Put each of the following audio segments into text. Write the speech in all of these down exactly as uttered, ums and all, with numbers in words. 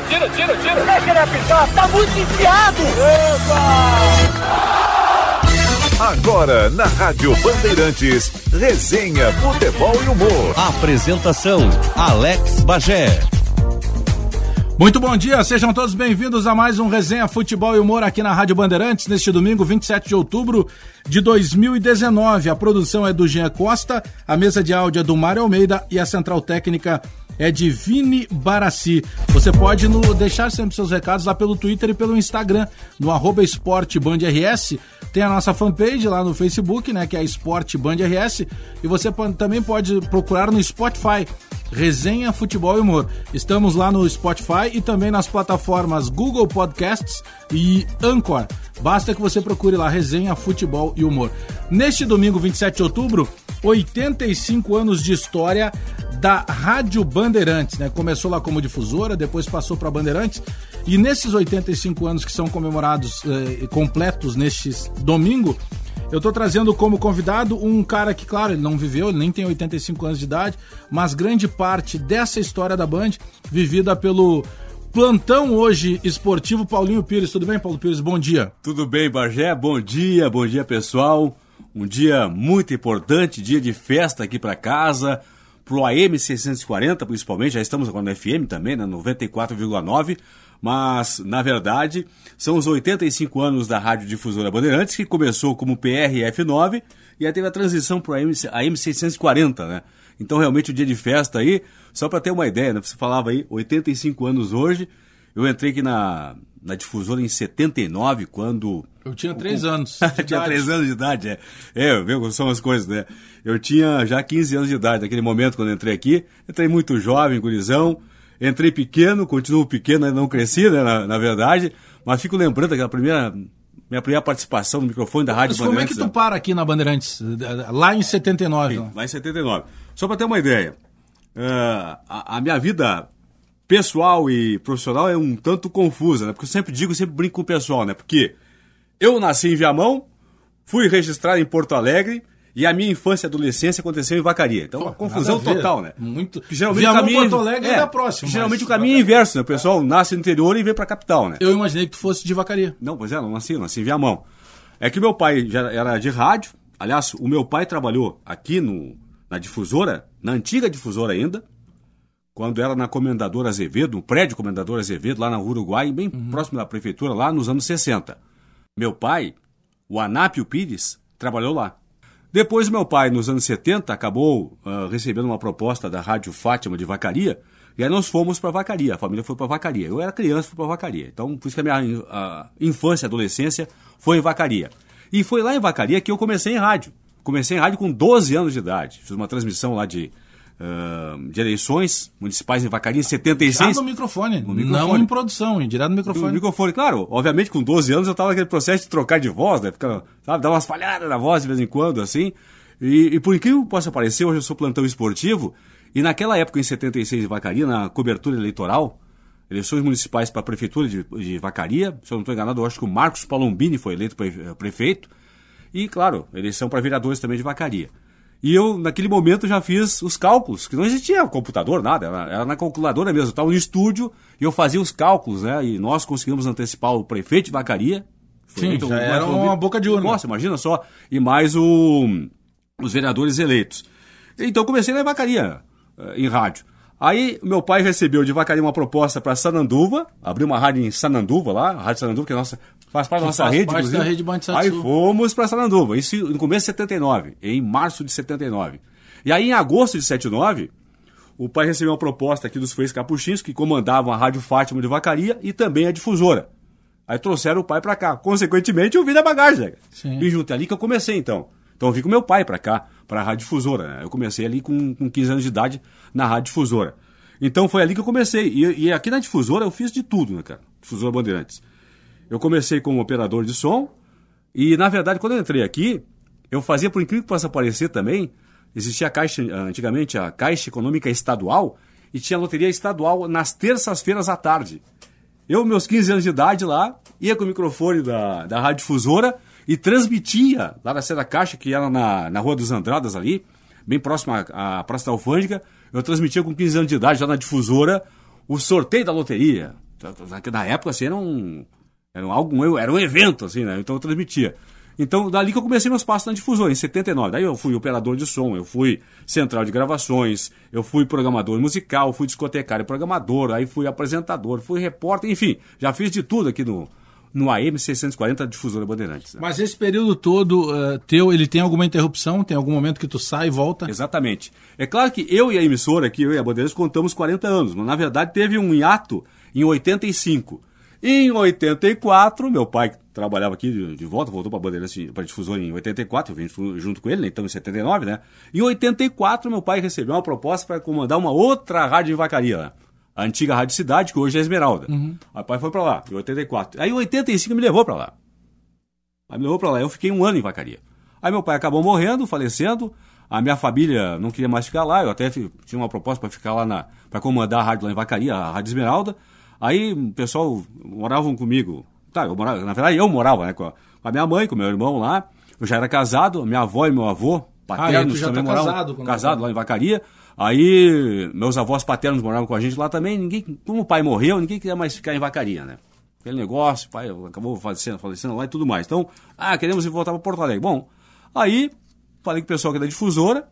tira, tira, tira. Deixa ele apitar, tá muito enfiado. Epa! Agora, na Rádio Bandeirantes, resenha, futebol e humor. Apresentação, Alex Bagé. Muito bom dia, sejam todos bem-vindos a mais um Resenha Futebol e Humor aqui na Rádio Bandeirantes, neste domingo, vinte e sete de outubro de dois mil e dezenove. A produção é do Jean Costa, a mesa de áudio é do Mário Almeida e a central técnica é de Vini Barassi. Você pode no, deixar sempre seus recados lá pelo Twitter e pelo Instagram, no arroba esportebandrs. Tem a nossa fanpage lá no Facebook, né, que é Esporte Band R S, e você pode, também pode procurar no Spotify, Resenha Futebol e Humor. Estamos lá no Spotify e também nas plataformas Google Podcasts e Anchor. Basta que você procure lá Resenha Futebol e Humor. Neste domingo, vinte e sete de outubro, oitenta e cinco anos de história da Rádio Bandeirantes, né? Começou lá como difusora, depois passou para Bandeirantes, e nesses oitenta e cinco anos que são comemorados eh, completos neste domingo, eu estou trazendo como convidado um cara que, claro, ele não viveu, ele nem tem oitenta e cinco anos de idade, mas grande parte dessa história da Band vivida pelo plantão hoje esportivo Paulinho Pires. Tudo bem, Paulo Pires? Bom dia. Tudo bem, Bagé? Bom dia, bom dia, pessoal. Um dia muito importante, dia de festa aqui para casa, pro A M seiscentos e quarenta principalmente, já estamos agora no F M também, né, noventa e quatro vírgula nove, mas, na verdade, são os oitenta e cinco anos da Rádio Difusora Bandeirantes, que começou como P R F nove e aí teve a transição pro A M seiscentos e quarenta, né? Então, realmente, o dia de festa aí, só para ter uma ideia, né, você falava aí, oitenta e cinco anos hoje, eu entrei aqui na, na Difusora em setenta e nove, quando... Eu tinha três anos de tinha três anos de idade, é. É, viu como são as coisas, né? Eu tinha já quinze anos de idade naquele momento, quando eu entrei aqui. Entrei muito jovem, gurizão. Entrei pequeno, continuo pequeno, ainda não cresci, né, na, na verdade. Mas fico lembrando daquela primeira... Minha primeira participação no microfone da Rádio Mas Bandeirantes. Como é que tu para aqui na Bandeirantes? Lá em setenta e nove. Sim, lá em setenta e nove. Só para ter uma ideia, uh, a, a minha vida pessoal e profissional é um tanto confusa, né? Porque eu sempre digo, sempre brinco com o pessoal, né? Porque eu nasci em Viamão, fui registrado em Porto Alegre e a minha infância e adolescência aconteceu em Vacaria. Então, uma confusão total, né? Muito. Geralmente Viamão, o caminho Porto Alegre é, é próximo. Geralmente o caminho é inverso, né? O pessoal nasce no interior e vem para a capital, né? Eu imaginei que tu fosse de Vacaria. Não, pois é, não nasci, eu nasci em Viamão. É que meu pai já era de rádio. Aliás, o meu pai trabalhou aqui no, na difusora, na antiga difusora ainda, quando era na Comendador Azevedo, no prédio Comendador Azevedo, lá na Uruguai, bem uhum. próximo da prefeitura, lá nos anos sessenta. Meu pai, o Anápio Pires, trabalhou lá. Depois, meu pai, nos anos setenta, acabou uh, recebendo uma proposta da Rádio Fátima de Vacaria, e aí nós fomos para Vacaria, a família foi para Vacaria. Eu era criança, fui para Vacaria. Então, por isso que a minha uh, infância e adolescência foi em Vacaria. E foi lá em Vacaria que eu comecei em rádio. Comecei em rádio com doze anos de idade. Fiz uma transmissão lá de... Uh, de eleições municipais em Vacaria em setenta e seis. Já no microfone, no microfone, não em produção, direto no microfone. No microfone, claro. Obviamente, com doze anos eu estava naquele processo de trocar de voz, né? Ficar, sabe, dar umas falhadas na voz de vez em quando, assim. E, e por incrível que possa parecer, hoje eu sou plantão esportivo, e naquela época, em setenta e seis, em Vacaria, na cobertura eleitoral, eleições municipais para a prefeitura de, de Vacaria, se eu não estou enganado, eu acho que o Marcos Palombini foi eleito prefeito, e, claro, eleição para vereadores também de Vacaria. E eu, naquele momento, já fiz os cálculos, que não existia computador, nada, era, era na calculadora mesmo. Eu estava no estúdio e eu fazia os cálculos, né? E nós conseguimos antecipar o prefeito de Vacaria. Sim, já era uma boca de urna. Nossa, imagina só. E mais o, os vereadores eleitos. Então, eu comecei lá em Vacaria, em rádio. Aí, meu pai recebeu de Vacaria uma proposta para Sananduva, abriu uma rádio em Sananduva lá, a Rádio Sananduva, que é nossa... Faz parte da nossa faz rede, parte inclusive. Da rede Band Satsu. Aí fomos para Sananduva, isso no começo de setenta e nove, em março de setenta e nove. E aí, em agosto de setenta e nove, o pai recebeu uma proposta aqui dos Freis Capuchinhos, que comandavam a Rádio Fátima de Vacaria e também a difusora. Aí trouxeram o pai para cá. Consequentemente, eu vim da bagagem. Sim. E junto ali que eu comecei, então. Então, eu vim com meu pai para cá, para a Rádio Difusora. Né? Eu comecei ali com, com quinze anos de idade na Rádio Difusora. Então, foi ali que eu comecei. E, e aqui na Difusora eu fiz de tudo, né, cara? Difusora Bandeirantes. Eu comecei como operador de som e, na verdade, quando eu entrei aqui, eu fazia, por incrível que possa parecer também, existia a Caixa, antigamente a Caixa Econômica Estadual e tinha a loteria estadual nas terças-feiras à tarde. Eu, meus quinze anos de idade lá, ia com o microfone da, da Rádio Difusora e transmitia lá da Sé da Caixa, que era na, na Rua dos Andradas ali, bem próximo à, à Praça da Alfândega, eu transmitia com quinze anos de idade já na Difusora o sorteio da loteria. Na época, assim, era um, era um, algo, era um evento, assim, né? Então eu transmitia. Então, dali que eu comecei meus passos na difusora, em setenta e nove. Daí eu fui operador de som, eu fui central de gravações, eu fui programador musical, fui discotecário programador, aí fui apresentador, fui repórter, enfim, já fiz de tudo aqui no, no A M seiscentos e quarenta Difusora Bandeirantes. Né? Mas esse período todo uh, teu, ele tem alguma interrupção? Tem algum momento que tu sai e volta? Exatamente. É claro que eu e a emissora aqui, eu e a Bandeirantes, contamos quarenta anos, mas na verdade teve um hiato em oitenta e cinco. Em oitenta e quatro, meu pai trabalhava aqui de, de volta, voltou para a Bandeirantes, para a Difusora em oitenta e quatro, eu vim junto com ele, né, então em setenta e nove, né? Em oitenta e quatro, meu pai recebeu uma proposta para comandar uma outra rádio em Vacaria, né? A antiga Rádio Cidade, que hoje é Esmeralda. Uhum. Aí o pai foi para lá, em oitenta e quatro. Aí em oitenta e cinco me levou para lá. Aí me levou para lá, eu fiquei um ano em Vacaria. Aí meu pai acabou morrendo, falecendo, a minha família não queria mais ficar lá, eu até tinha uma proposta para ficar lá, na, para comandar a rádio lá em Vacaria, a Rádio Esmeralda. Aí o pessoal moravam comigo, tá, eu morava, na verdade eu morava, né, com a, com a minha mãe, com meu irmão lá, eu já era casado, minha avó e meu avô paternos ah, já também tá moravam, casado, casado lá em Vacaria, aí meus avós paternos moravam com a gente lá também, ninguém, como o pai morreu, ninguém queria mais ficar em Vacaria, né, aquele negócio, o pai acabou falecendo, falecendo lá e tudo mais, então, ah, queremos ir voltar para Porto Alegre, bom, aí falei com o pessoal aqui da Difusora,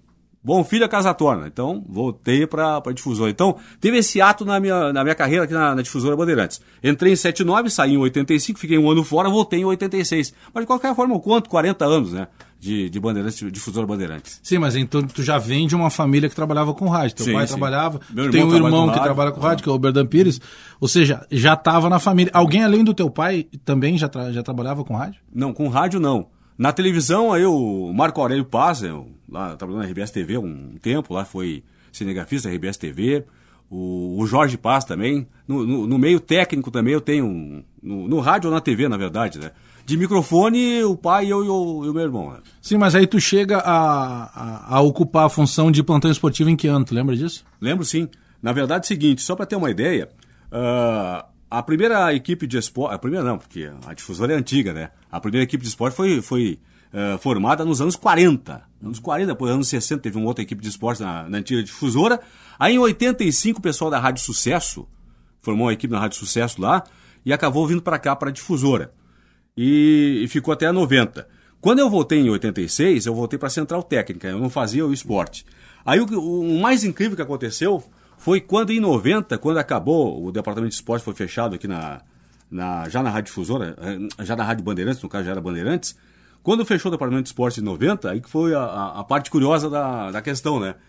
bom filho a casa torna, então voltei para a Difusora. Então teve esse ato na minha, na minha carreira aqui na, na Difusora Bandeirantes. Entrei em setenta e nove, saí em oitenta e cinco, fiquei um ano fora, voltei em oitenta e seis. Mas de qualquer forma eu conto quarenta anos, né, de, de Bandeirantes, de Difusora Bandeirantes. Sim, mas então tu já vem de uma família que trabalhava com rádio. Teu sim, pai sim. trabalhava, Meu tem um irmão irmão que rádio, trabalha com rádio, que é o Berdan Pires. Ou seja, já estava na família. Alguém além do teu pai também já, tra- já trabalhava com rádio? Não, com rádio não. Na televisão, aí o Marco Aurélio Paz, eu, lá trabalhando na R B S T V um tempo, lá foi cinegrafista da R B S T V, o, o Jorge Paz também, no, no, no meio técnico também eu tenho, no, no rádio ou na T V, na verdade, né? De microfone, o pai, eu e o, e o meu irmão, né? Sim, mas aí tu chega a, a, a ocupar a função de plantão esportivo em que ano, tu lembra disso? Lembro sim. Na verdade é o seguinte, só para ter uma ideia, uh, a primeira equipe de esporte, a primeira não, porque a Difusora é antiga, né? A primeira equipe de esporte foi, foi uh, formada nos anos quarenta. Anos quarenta, depois nos anos sessenta teve uma outra equipe de esporte na, na antiga Difusora. Aí em oitenta e cinco o pessoal da Rádio Sucesso formou uma equipe na Rádio Sucesso lá e acabou vindo para cá, para a Difusora. E, e ficou até a noventa. Quando eu voltei em oitenta e seis, eu voltei para a Central Técnica, eu não fazia o esporte. Aí o, o mais incrível que aconteceu foi quando em noventa, quando acabou, o departamento de esporte foi fechado aqui na, na, já na Rádio Difusora, já na Rádio Bandeirantes, no caso já era Bandeirantes, quando fechou o departamento de esporte em noventa, aí que foi a, a, a parte curiosa da, da questão, né?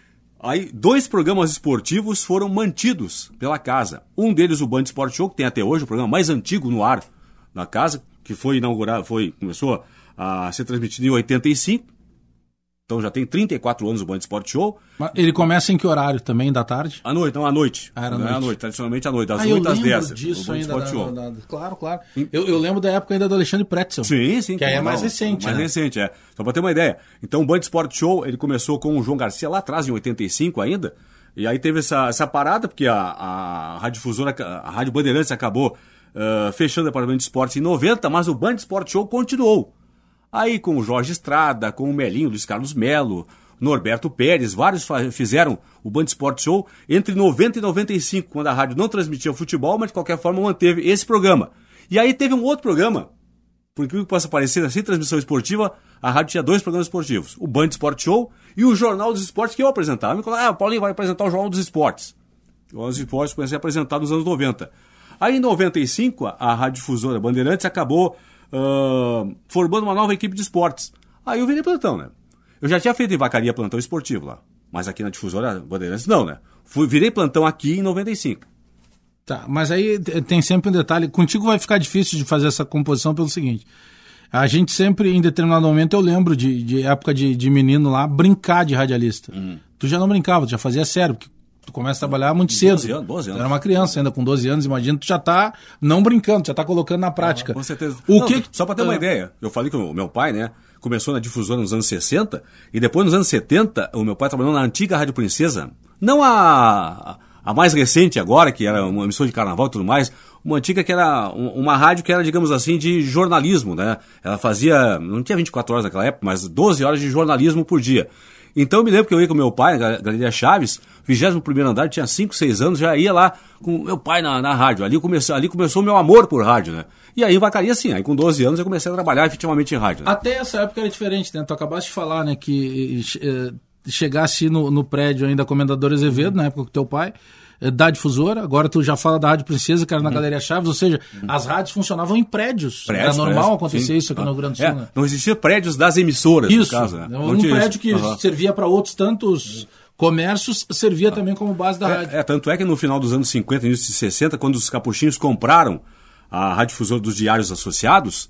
Aí dois programas esportivos foram mantidos pela casa. Um deles o Band Sport Show, que tem até hoje o programa mais antigo no ar na casa, que foi inaugurado, foi, começou a ser transmitido em oitenta e cinco. Então já tem trinta e quatro anos o Band Sport Show. Mas ele começa em que horário também, da tarde? À noite, não, à noite. Ah, era à noite. noite. À noite, tradicionalmente à noite, das ah, oito às dez. Disso o Band ainda Sport da, Show. da, da, claro, claro. Eu, eu lembro da época ainda do Alexandre Pretzel. Sim, sim. Que aí é mais não, recente, Mais né? recente, é. Só para ter uma ideia. Então o Band Sport Show, ele começou com o João Garcia lá atrás, em oitenta e cinco ainda. E aí teve essa, essa parada, porque a, a Rádio Difusora, a Rádio Bandeirantes acabou uh, fechando o departamento de esporte em noventa, mas o Band Sport Show continuou. Aí com o Jorge Estrada, com o Melinho, Luiz Carlos Melo, Norberto Pérez, vários fizeram o Band Sport Show entre noventa e noventa e cinco, quando a rádio não transmitia o futebol, mas de qualquer forma manteve esse programa. E aí teve um outro programa, por incrível que possa parecer, sem transmissão esportiva, a rádio tinha dois programas esportivos, o Band Sport Show e o Jornal dos Esportes que eu apresentava. Me falaram, ah, o Paulinho vai apresentar o Jornal dos Esportes. O Jornal dos Esportes comecei a apresentar nos anos noventa. Aí em noventa e cinco, a Rádio Difusora Bandeirantes acabou uh, formando uma nova equipe de esportes. Aí eu virei plantão, né? Eu já tinha feito em Vacaria plantão esportivo lá, mas aqui na Difusora Bandeirantes não, né? Fui, virei plantão aqui em noventa e cinco. Tá, mas aí tem sempre um detalhe, contigo vai ficar difícil de fazer essa composição pelo seguinte, a gente sempre, em determinado momento, eu lembro de, de época de, de menino lá, brincar de radialista. Hum. Tu já não brincava, tu já fazia sério, porque tu começa a trabalhar muito cedo. doze anos, doze anos. Tu era uma criança ainda, com doze anos, imagina, tu já tá não brincando, já tá colocando na prática. Ah, com certeza. O não, que... Só para ter uma ah. ideia, eu falei que o meu pai, né, começou na Difusora nos anos sessenta, e depois nos anos setenta, o meu pai trabalhou na antiga Rádio Princesa, não a, a mais recente agora, que era uma emissora de carnaval e tudo mais, uma antiga que era uma rádio que era, digamos assim, de jornalismo, né? Ela fazia, não tinha vinte e quatro horas naquela época, mas doze horas de jornalismo por dia. Então eu me lembro que eu ia com meu pai na Galeria Chaves, vigésimo primeiro andar, tinha cinco, seis anos, já ia lá com meu pai na, na rádio. Ali começou, ali começou o meu amor por rádio, né? E aí em Vacaria, assim, aí com doze anos eu comecei a trabalhar efetivamente em rádio. Né? Até essa época era diferente, né? Tu acabaste de falar, né, que eh, chegasse no, no prédio ainda Comendador Azevedo, uhum. na época com teu pai, da difusora, agora tu já fala da Rádio Princesa, que era na uhum. Galeria Chaves, ou seja, uhum. as rádios funcionavam em prédios. prédios era normal prédios, acontecer sim. isso aqui ah. no Rio Grande do Sul. É, né? Não existia prédios das emissoras, isso, no caso. Né? Um prédio isso. que uhum. servia para outros tantos comércios, servia ah. também como base da é, rádio. É, tanto é que no final dos anos cinquenta, início de sessenta, quando os capuchinhos compraram a radiodifusora dos Diários Associados,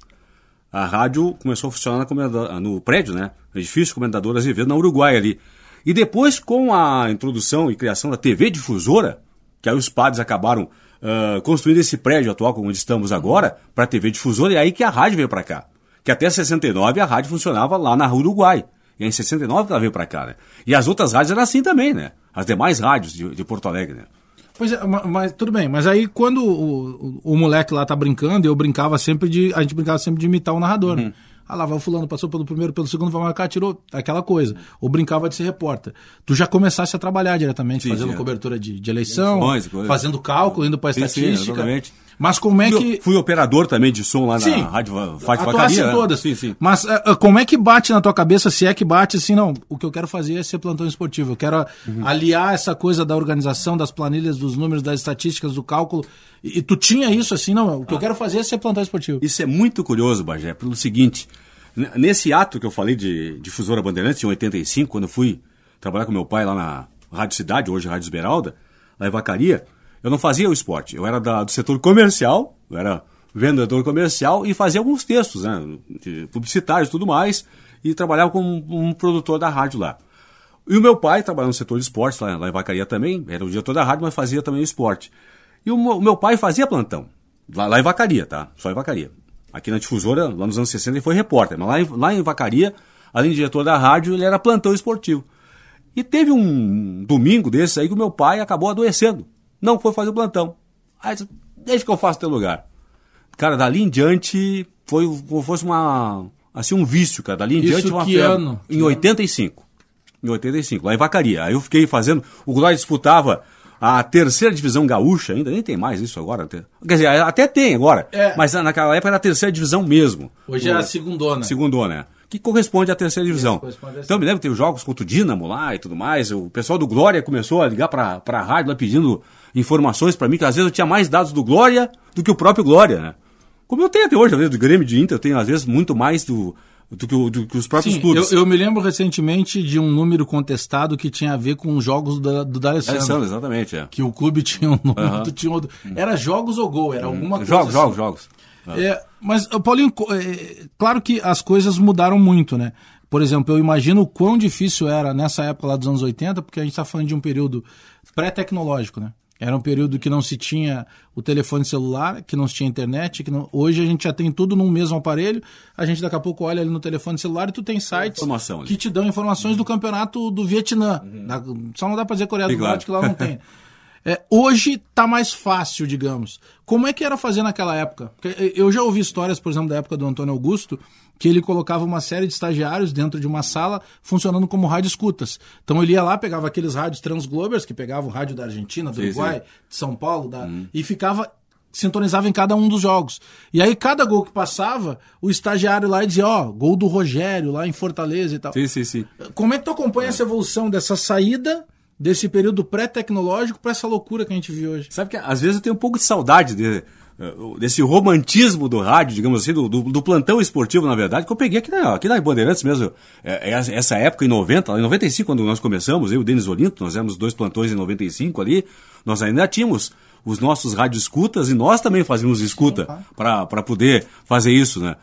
a rádio começou a funcionar no, no prédio, né? No edifício Comendador Azevedo, na Uruguai ali. E depois, com a introdução e criação da T V Difusora, que aí os padres acabaram uh, construindo esse prédio atual, onde estamos agora, para a T V Difusora, e aí que a rádio veio para cá. Que até sessenta e nove a rádio funcionava lá na Uruguai. E é em sessenta e nove que ela veio para cá, né? E as outras rádios eram assim também, né? As demais rádios de, de Porto Alegre, né? Pois é, mas tudo bem. Mas aí quando o, o, o moleque lá tá brincando, eu brincava sempre de... A gente brincava sempre de imitar o narrador, uhum. né? Ah lá, vai o fulano, passou pelo primeiro, pelo segundo, vai marcar, tirou, aquela coisa. Ou brincava de ser repórter. Tu já começasse a trabalhar diretamente, sim, fazendo sim, cobertura de, de eleição, eleições, fazendo cálculo, indo para estatística. Sim, exatamente. Mas como é que... Eu fui operador também de som lá sim, na Rádio Fátima Vacaria. Sim, todas. Sim, sim. Mas uh, como é que bate na tua cabeça, se é que bate assim, não, o que eu quero fazer é ser plantão esportivo. Eu quero uhum. aliar essa coisa da organização, das planilhas, dos números, das estatísticas, do cálculo. E, e tu tinha isso assim, não, o que ah. eu quero fazer é ser plantão esportivo. Isso é muito curioso, Bagé, pelo seguinte... Nesse ato que eu falei de Difusora Bandeirantes, em oitenta e cinco, quando eu fui trabalhar com meu pai lá na Rádio Cidade, hoje Rádio Esmeralda, lá em Vacaria, eu não fazia o esporte. Eu era da, do setor comercial, eu era vendedor comercial e fazia alguns textos, né, publicitários e tudo mais, e trabalhava como um, um produtor da rádio lá. E o meu pai trabalhava no setor de esportes, lá, lá em Vacaria também, era o diretor da rádio, mas fazia também o esporte. E o, o meu pai fazia plantão, lá, lá em Vacaria, tá? Só em Vacaria. Aqui na Difusora, lá nos anos sessenta, ele foi repórter, mas lá em, lá em Vacaria, além de diretor da rádio, ele era plantão esportivo. E teve um domingo desse aí que o meu pai acabou adoecendo. Não foi fazer o plantão. Aí disse, deixa que eu faço teu lugar. Cara, dali em diante, foi como fosse uma, assim, um vício, cara. Dali em Isso diante, uma que febre. ano? Em oitenta e cinco. Em oitenta e cinco, lá em Vacaria. Aí eu fiquei fazendo, o Glória disputava a terceira divisão gaúcha, ainda nem tem mais isso agora. Quer dizer, até tem agora, é. Mas naquela época era a terceira divisão mesmo. Hoje o, é a segundona. Segundona, é. Que corresponde à terceira divisão. Então me lembro que teve jogos contra o Dínamo lá e tudo mais. O pessoal do Glória começou a ligar para a rádio lá pedindo informações para mim, que às vezes eu tinha mais dados do Glória do que o próprio Glória, né? Como eu tenho até hoje, às vezes, do Grêmio de Inter, eu tenho às vezes muito mais do... Do que, do que os próprios Sim, clubes. Eu, eu me lembro recentemente de um número contestado que tinha a ver com os jogos do, do D'Alessandro. D'Alessandro, exatamente, é. Que o clube tinha um número, uhum. tinha outro. Era jogos ou gol, era uhum. alguma coisa Jogos, assim. jogos, jogos. É, mas, Paulinho, é, claro que as coisas mudaram muito, né? Por exemplo, eu imagino o quão difícil era nessa época lá dos anos oitenta, porque a gente está falando de um período pré-tecnológico, né? Era um período que não se tinha o telefone celular, que não se tinha internet, que não... hoje a gente já tem tudo num mesmo aparelho, a gente daqui a pouco olha ali no telefone celular e tu tem sites que te dão informações do campeonato do Vietnã. Uhum. Da... Só não dá para dizer Coreia do Norte, que lá não tem. É, hoje tá mais fácil, digamos. Como é que era fazer naquela época? Porque eu já ouvi histórias, por exemplo, da época do Antônio Augusto, que ele colocava uma série de estagiários dentro de uma sala funcionando como rádio escutas. Então ele ia lá, pegava aqueles rádios transglobers, que pegavam o rádio da Argentina, do sim, Uruguai, sim. de São Paulo, da... Hum. e ficava, sintonizava em cada um dos jogos. E aí cada gol que passava, o estagiário lá dizia, ó, oh, gol do Rogério lá em Fortaleza e tal. Sim, sim, sim. Como é que tu acompanha é. essa evolução dessa saída desse período pré-tecnológico para essa loucura que a gente vive hoje? Sabe que às vezes eu tenho um pouco de saudade de, desse romantismo do rádio, digamos assim, do, do, do plantão esportivo, na verdade, que eu peguei aqui na, aqui na Bandeirantes mesmo. É, essa época, em noventa, em noventa e cinco, quando nós começamos, eu e o Denis Olinto, nós éramos dois plantões em noventa e cinco ali, nós ainda tínhamos os nossos rádio escutas e nós também fazíamos escuta para poder fazer isso, né?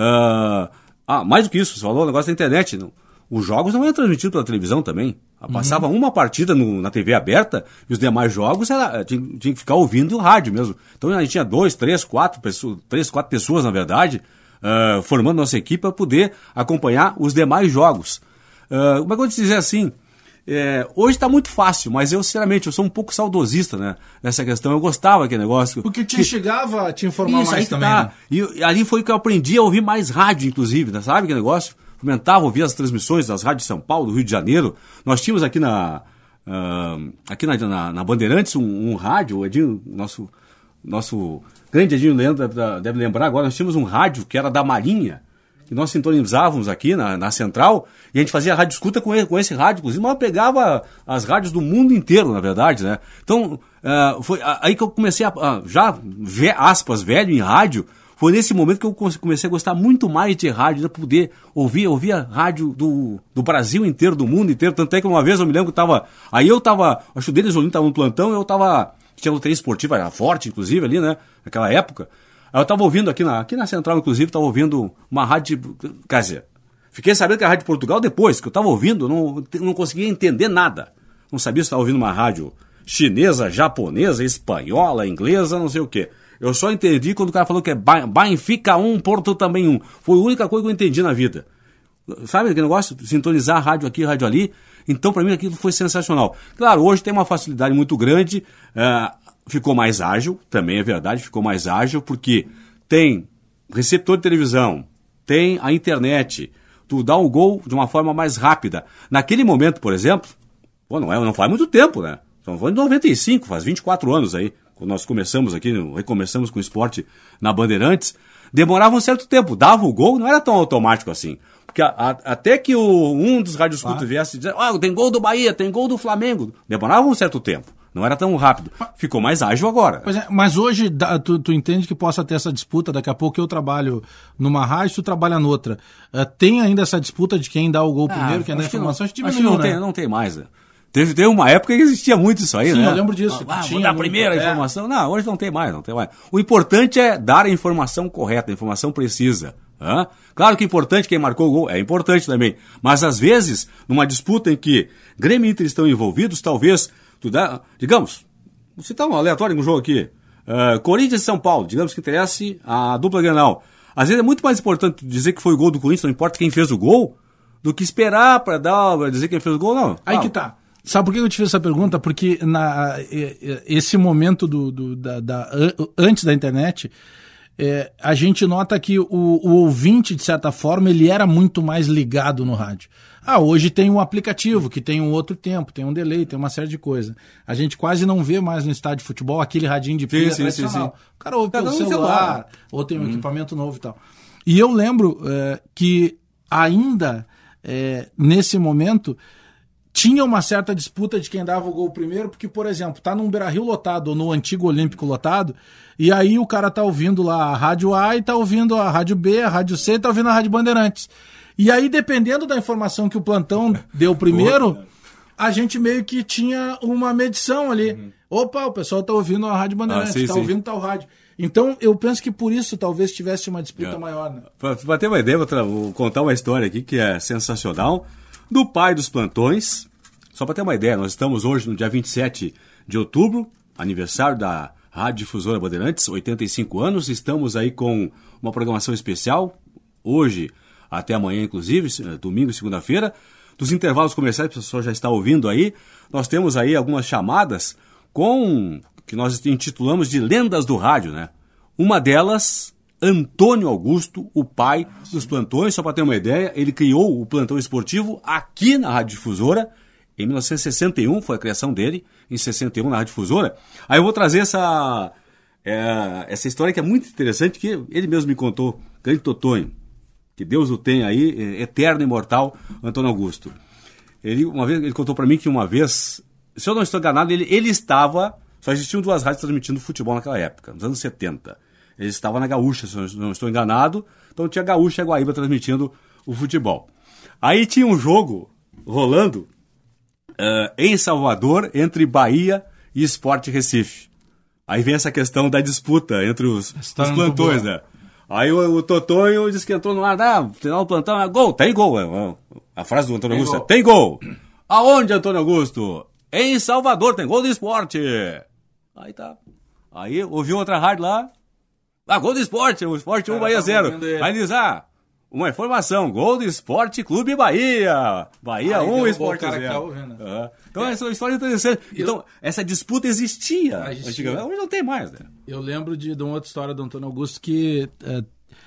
Uh, ah, mais do que isso, você falou o negócio da internet, não? Os jogos não eram transmitidos pela televisão também. Passava uhum. uma partida no, na T V aberta e os demais jogos era, tinha, tinha que ficar ouvindo o rádio mesmo. Então a gente tinha dois, três, quatro pessoas, três, quatro pessoas, na verdade, uh, formando nossa equipe para poder acompanhar os demais jogos. Uh, como é que eu vou te dizer assim? É, hoje está muito fácil, mas eu, sinceramente, eu sou um pouco saudosista, né, nessa questão. Eu gostava daquele negócio. Porque te que... chegava a te informar Isso, mais também. Tá. Né? E ali foi que eu aprendi a ouvir mais rádio, inclusive, né? Sabe que negócio? comentava, ouvia as transmissões das rádios de São Paulo, do Rio de Janeiro. Nós tínhamos aqui na, uh, aqui na, na, na Bandeirantes um, um rádio, o Edinho, nosso, nosso grande Edinho Leandro deve, deve lembrar agora, nós tínhamos um rádio que era da Marinha, que nós sintonizávamos aqui na, na central, e a gente fazia rádio escuta com, ele, com esse rádio, inclusive, mas eu pegava as rádios do mundo inteiro, na verdade, né? Então, uh, foi aí que eu comecei a, uh, já, ve, aspas, velho em rádio, foi nesse momento que eu comecei a gostar muito mais de rádio, de poder ouvir, ouvir a rádio do, do Brasil inteiro, do mundo inteiro, tanto é que uma vez eu me lembro que eu tava, aí eu tava, acho que o Denis Olim tava no plantão, eu tava, tinha loteria esportiva, era forte, inclusive, ali, né, naquela época. Eu estava ouvindo aqui na, aqui na Central, inclusive, estava ouvindo uma rádio, quer dizer, fiquei sabendo que a Rádio Portugal depois, que eu estava ouvindo, eu não, não conseguia entender nada. Não sabia se estava ouvindo uma rádio chinesa, japonesa, espanhola, inglesa, não sei o quê. Eu só entendi quando o cara falou que é Benfica um, Porto também um. Foi a única coisa que eu entendi na vida. Sabe aquele negócio? Sintonizar rádio aqui, rádio ali. Então, para mim, aquilo foi sensacional. Claro, hoje tem uma facilidade muito grande, uh, ficou mais ágil, também é verdade, ficou mais ágil, porque tem receptor de televisão, tem a internet, tu dá um gol de uma forma mais rápida. Naquele momento, por exemplo, pô, não, é, não faz muito tempo, né? Estamos falando de noventa e cinco, faz vinte e quatro anos aí, quando nós começamos aqui, recomeçamos com o esporte na Bandeirantes, demorava um certo tempo, dava o gol, não era tão automático assim. Porque a, a, até que o, um dos radioscutos ah. viesse dizer, ah, tem gol do Bahia, tem gol do Flamengo, demorava um certo tempo. Não era tão rápido. Ficou mais ágil agora. Pois é, mas hoje tu, tu entende que possa ter essa disputa, daqui a pouco eu trabalho numa rádio, tu trabalha noutra. Uh, tem ainda essa disputa de quem dá o gol ah, primeiro, quem dá a informação? Acho que não, acho que não, né? tem, não tem mais. Né? Teve, teve uma época que existia muito isso aí, Sim, né? eu lembro disso. Ah, tinha vou dar a primeira é. informação. Não, hoje não tem mais, não tem mais. O importante é dar a informação correta, a informação precisa. Hã? Claro que é importante quem marcou o gol, é importante também. Mas às vezes, numa disputa em que Grêmio e Inter estão envolvidos, talvez, tu dá, digamos, vou citar um aleatório no jogo aqui, uh, Corinthians e São Paulo, digamos que interesse a dupla Grenal. Às vezes é muito mais importante dizer que foi o gol do Corinthians, não importa quem fez o gol, do que esperar para dar, pra dizer quem fez o gol, não. Aí ah, que tá. Sabe por que eu te fiz essa pergunta? Porque na, esse momento do, do, da, da, antes da internet, é, a gente nota que o, o ouvinte, de certa forma, ele era muito mais ligado no rádio. Ah, hoje tem um aplicativo que tem um outro tempo, tem um delay, tem uma série de coisas. A gente quase não vê mais no estádio de futebol aquele radinho de pilha sim, tradicional. Sim, sim, sim. O cara ouve pelo celular, celular, ou tem um hum. equipamento novo e tal. E eu lembro é, que ainda, é, nesse momento, tinha uma certa disputa de quem dava o gol primeiro, porque, por exemplo, tá num Beira-Rio lotado, ou no Antigo Olímpico lotado, e aí o cara tá ouvindo lá a Rádio A e tá ouvindo a Rádio B, a Rádio C e tá ouvindo a Rádio Bandeirantes. E aí, dependendo da informação que o plantão deu primeiro, a gente meio que tinha uma medição ali. Uhum. Opa, o pessoal tá ouvindo a Rádio Bandeirantes, ah, sim, tá sim. ouvindo tal rádio. Então, eu penso que por isso talvez tivesse uma disputa é. maior. Né? Para ter uma ideia, vou, vou contar uma história aqui que é sensacional, do pai dos plantões. Só para ter uma ideia, nós estamos hoje no dia vinte e sete de outubro, aniversário da Rádio Difusora Bandeirantes, oitenta e cinco anos. Estamos aí com uma programação especial, hoje até amanhã, inclusive, domingo e segunda-feira. Dos intervalos comerciais, o pessoal já está ouvindo aí, nós temos aí algumas chamadas com, que nós intitulamos de lendas do rádio, né? Uma delas, Antônio Augusto, o pai dos plantões. Só para ter uma ideia, ele criou o plantão esportivo aqui na Rádio Difusora, em mil novecentos e sessenta e um, foi a criação dele, em sessenta e um na Rádio Difusora. Aí eu vou trazer essa, é, essa história que é muito interessante, que ele mesmo me contou, grande Totonho, que Deus o tenha aí, eterno e imortal, Antônio Augusto. Ele, uma vez, ele contou para mim que uma vez, se eu não estou enganado, ele, ele estava, só existiam duas rádios transmitindo futebol naquela época, nos anos setenta. Ele estava na Gaúcha, se eu não estou enganado, então tinha Gaúcha e Guaíba transmitindo o futebol. Aí tinha um jogo rolando uh, em Salvador entre Bahia e Sport Recife. Aí vem essa questão da disputa entre os, os plantões, né? Aí o, o Totonho disse que entrou no ar, ah, final do plantão, é gol, tem gol. É, a frase do Antônio tem Augusto gol. é, tem gol. Aonde, Antônio Augusto? Em Salvador, tem gol do esporte. Aí tá. Aí ouviu outra rádio lá, ah, gol do esporte, o esporte um, Bahia zero. Aí diz, ah, uma informação, gol do Esporte Clube Bahia. Bahia um, Esporte zero. Tá ouvindo. Uhum. Então, é. essa história é interessante. Eu, então, essa disputa existia. existia. Hoje não tem mais, né? Eu lembro de, de uma outra história do Antônio Augusto que é,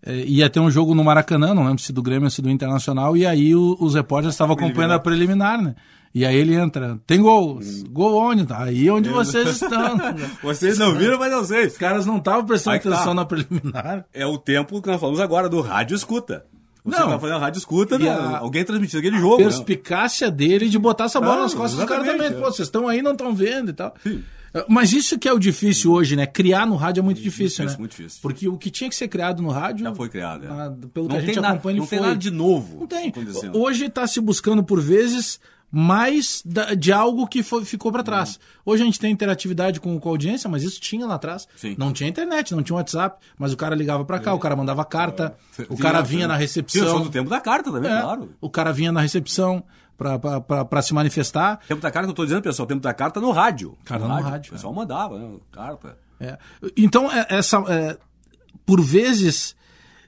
ia ter um jogo no Maracanã, não lembro se do Grêmio ou se do Internacional, e aí o, os repórteres estavam acompanhando a preliminar, né? E aí ele entra, tem gol, hum. gol onde? Aí onde vocês estão. Vocês não viram, mas eu sei. Os caras não estavam prestando atenção tá. na preliminar. É o tempo que nós falamos agora do rádio escuta. Você não. tá fazendo rádio escuta, né? Alguém transmitindo aquele jogo. A perspicácia né? dele de botar essa bola ah, nas costas dos caras também. É. Pô, vocês estão aí, não estão vendo e tal. Sim. Mas isso que é o difícil hoje, né? Criar no rádio é muito difícil, difícil né? Muito difícil. Porque o que tinha que ser criado no rádio... Já foi criado, é. na, Pelo não que a gente nada, acompanha, não foi. Não tem nada de novo. Não tem. Hoje está se buscando, por vezes, mais da, de algo que foi, ficou para trás. Hum. Hoje a gente tem interatividade com, com a audiência, mas isso tinha lá atrás. Sim. Não tinha internet, não tinha WhatsApp, mas o cara ligava para cá, é. o cara mandava carta, é. o cara vinha é. na recepção. Sim, eu sou do tempo da carta também, é. claro. O cara vinha na recepção... para se manifestar. O tempo da carta que eu estou dizendo, pessoal, o tempo da carta no rádio. Carta no, no rádio. rádio. O pessoal é. mandava, né? Carta. É. Então, essa, é, por vezes,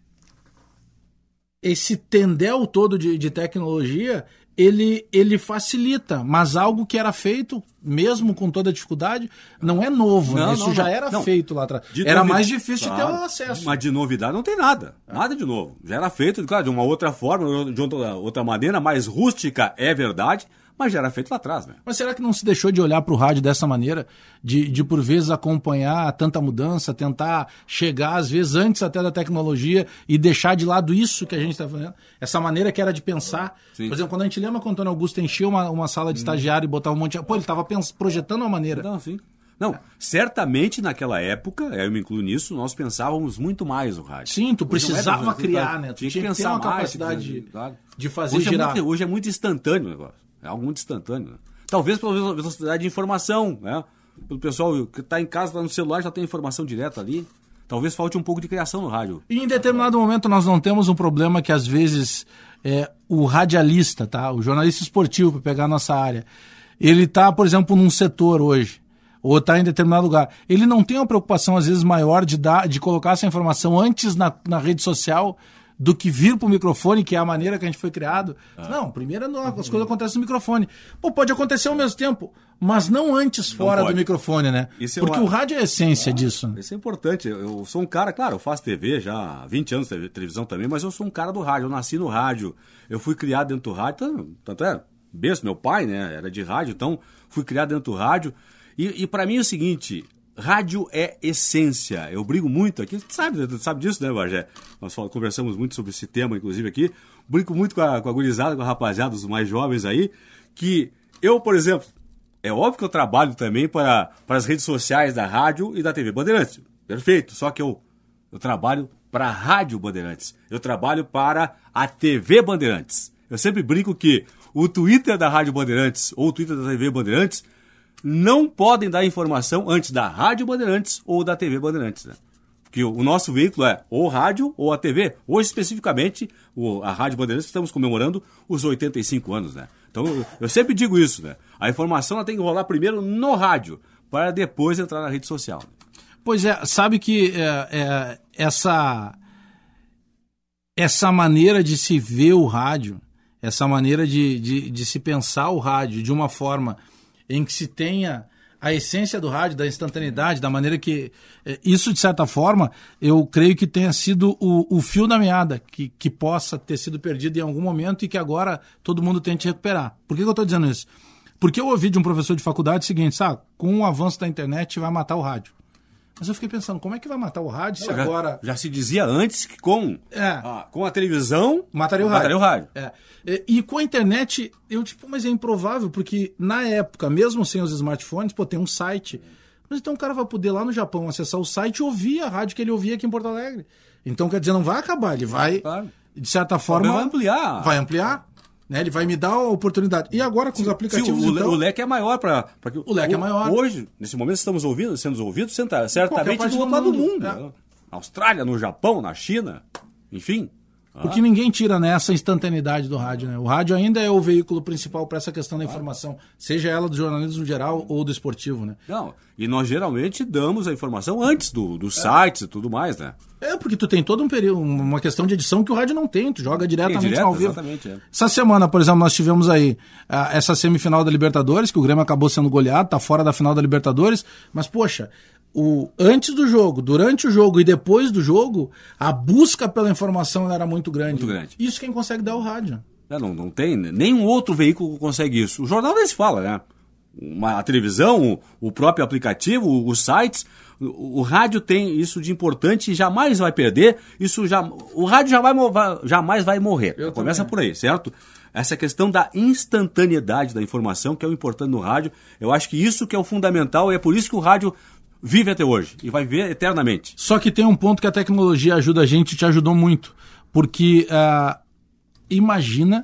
esse tendel todo de, de tecnologia, ele, ele facilita, mas algo que era feito, mesmo com toda a dificuldade, não é novo. Não, né? Isso não, já era não. feito lá atrás. De era novi... mais difícil claro, de ter o acesso. Mas de novidade não tem nada. Nada de novo. Já era feito, claro, de uma outra forma, de outra, outra maneira, mais rústica, é verdade, mas já era feito lá atrás, né? Mas será que não se deixou de olhar para o rádio dessa maneira? De, de, por vezes, acompanhar tanta mudança, tentar chegar, às vezes, antes até da tecnologia e deixar de lado isso que a gente está fazendo? Essa maneira que era de pensar. Sim. Por exemplo, quando a gente lembra que o Antônio Augusto encheu uma, uma sala de hum. estagiário e botava um monte de... Pô, ele estava projetando uma maneira. Não, sim. Não, é. certamente naquela época, eu me incluo nisso, nós pensávamos muito mais o rádio. Sim, tu precisava era, criar, né? Tu tinha, tinha que, que ter uma mais, capacidade de, claro. de fazer hoje girar. É muito, hoje é muito instantâneo o negócio. É algo muito instantâneo. Né? Talvez pela velocidade de informação, né? Pelo pessoal que está em casa, está no celular, já tem informação direta ali. Talvez falte um pouco de criação no rádio. E em determinado momento nós não temos um problema que às vezes é, o radialista, tá? O jornalista esportivo, para pegar a nossa área, ele está, por exemplo, num setor hoje, ou está em determinado lugar. Ele não tem uma preocupação, às vezes, maior de, dar, de colocar essa informação antes na, na rede social do que vir para o microfone, que é a maneira que a gente foi criado. Ah. Não, primeiro não, as coisas acontecem no microfone. Pô, pode acontecer ao mesmo tempo, mas não antes não fora pode. do microfone, né? Isso Porque é uma... o rádio é a essência ah, disso. Isso é importante. Eu sou um cara, claro, eu faço T V já há vinte anos, televisão também, mas eu sou um cara do rádio. Eu nasci no rádio, eu fui criado dentro do rádio, tanto é, berço, meu pai, né, era de rádio, então fui criado dentro do rádio. E, e para mim é o seguinte, rádio é essência. Eu brigo muito aqui, sabe, sabe disso, né, Bagé? Nós falamos, conversamos muito sobre esse tema, inclusive aqui. Brigo muito com a, com a gurizada, com a rapaziada, os mais jovens aí, que eu, por exemplo, é óbvio que eu trabalho também para, para as redes sociais da rádio e da T V Bandeirantes. Perfeito, só que eu, eu trabalho para a Rádio Bandeirantes. Eu trabalho para a T V Bandeirantes. Eu sempre brinco que o Twitter da Rádio Bandeirantes ou o Twitter da T V Bandeirantes não podem dar informação antes da Rádio Bandeirantes ou da T V Bandeirantes, né? Porque o nosso veículo é ou rádio ou a T V. Hoje, especificamente, o, a Rádio Bandeirantes, estamos comemorando os oitenta e cinco anos, né? Então, eu, eu sempre digo isso, né? A informação ela tem que rolar primeiro no rádio, para depois entrar na rede social. Pois é, sabe que é, é, essa, essa maneira de se ver o rádio, essa maneira de, de, de se pensar o rádio de uma forma em que se tenha a essência do rádio, da instantaneidade, da maneira que... Isso, de certa forma, eu creio que tenha sido o, o fio da meada, que, que possa ter sido perdido em algum momento e que agora todo mundo tente recuperar. Por que, que eu estou dizendo isso? Porque eu ouvi de um professor de faculdade o seguinte, sabe, com o avanço da internet vai matar o rádio. Mas eu fiquei pensando, como é que vai matar o rádio se já, agora... Já se dizia antes que com, é. a, com a televisão... Mataria o rádio. Mataria o rádio. É. E, e com a internet, eu tipo, mas é improvável, porque na época, mesmo sem os smartphones, pô, tem um site. Mas então o cara vai poder lá no Japão acessar o site e ouvir a rádio que ele ouvia aqui em Porto Alegre. Então, quer dizer, não vai acabar, ele vai, claro. de certa forma... Vai ampliar. Vai ampliar. Né? Ele vai me dar a oportunidade. E agora com os aplicativos... Sim, o, então, o leque é maior para que o leque o, é maior. Hoje, nesse momento, estamos ouvindo, sendo ouvidos certamente do outro lado do mundo. É. Na Austrália, no Japão, na China, enfim. Porque ah. ninguém tira, né, essa instantaneidade do rádio, né? O rádio ainda é o veículo principal para essa questão da informação, seja ela do jornalismo geral ou do esportivo, né? Não, e nós geralmente damos a informação antes do, dos é. sites e tudo mais, né? É, porque tu tem todo um período, uma questão de edição que o rádio não tem, tu joga diretamente Sim, direto, ao vivo. Exatamente, é. Essa semana, por exemplo, nós tivemos aí uh, essa semifinal da Libertadores, que o Grêmio acabou sendo goleado, tá fora da final da Libertadores, mas, poxa, o, antes do jogo, durante o jogo e depois do jogo, a busca pela informação era muito grande. Muito grande. Isso quem consegue dar o rádio. É, não, não tem, nenhum outro veículo consegue isso. O jornal nem se fala, né? Uma, a televisão, o, o próprio aplicativo, os sites, o, o rádio tem isso de importante e jamais vai perder. Isso já, o rádio já vai, jamais vai morrer. Eu Começa também. Por aí, certo? Essa questão da instantaneidade da informação, que é o importante no rádio, eu acho que isso que é o fundamental e é por isso que o rádio vive até hoje e vai viver eternamente. Só que tem um ponto que a tecnologia ajuda a gente e te ajudou muito. Porque uh, imagina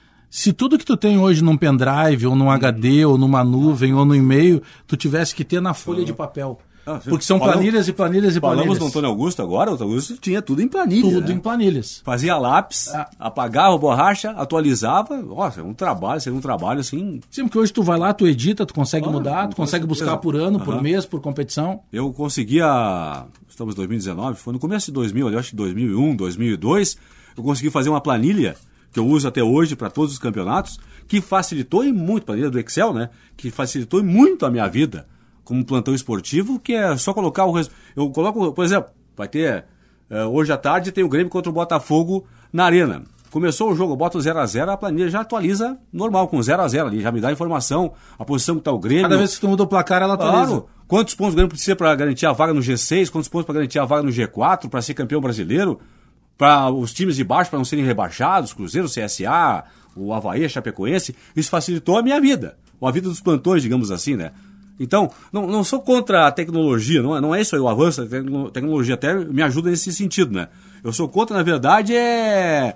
se tudo que tu tem hoje num pendrive, ou num H D, ou numa nuvem, ou no e-mail, tu tivesse que ter na folha de papel. Ah, porque são planilhas e planilhas e planilhas. Falamos do Antônio Augusto agora, o Antônio Augusto tinha tudo em planilha. Tudo né? em planilhas. Fazia lápis, ah. apagava a borracha, atualizava. Nossa, é um trabalho, seria um trabalho assim. Sim, porque hoje tu vai lá, tu edita, tu consegue ah, mudar, tu consegue buscar por ano, uhum. por mês, por competição. Eu conseguia, estamos em dois mil e dezenove, foi no começo de dois mil, eu acho que dois mil e um, dois mil e dois, eu consegui fazer uma planilha que eu uso até hoje para todos os campeonatos, que facilitou e muito, planilha do Excel, né? Que facilitou e muito a minha vida como plantão esportivo, que é só colocar o... Res... Eu coloco, por exemplo, vai ter... Uh, hoje à tarde tem o Grêmio contra o Botafogo na Arena. Começou o jogo, eu boto zero a zero, a planilha já atualiza normal, com zero a zero ali, já me dá a informação, a posição que está o Grêmio. Cada vez que tu muda o placar, ela atualiza. Claro. Quantos pontos o Grêmio precisa para garantir a vaga no G seis, quantos pontos para garantir a vaga no G quatro, para ser campeão brasileiro, para os times de baixo para não serem rebaixados, Cruzeiro, C S A, o Avaí, a Chapecoense. Isso facilitou a minha vida, ou a vida dos plantões, digamos assim, né? Então, não, não sou contra a tecnologia, não é, não é isso aí, o avanço da tecnologia até me ajuda nesse sentido, né? Eu sou contra, na verdade, é,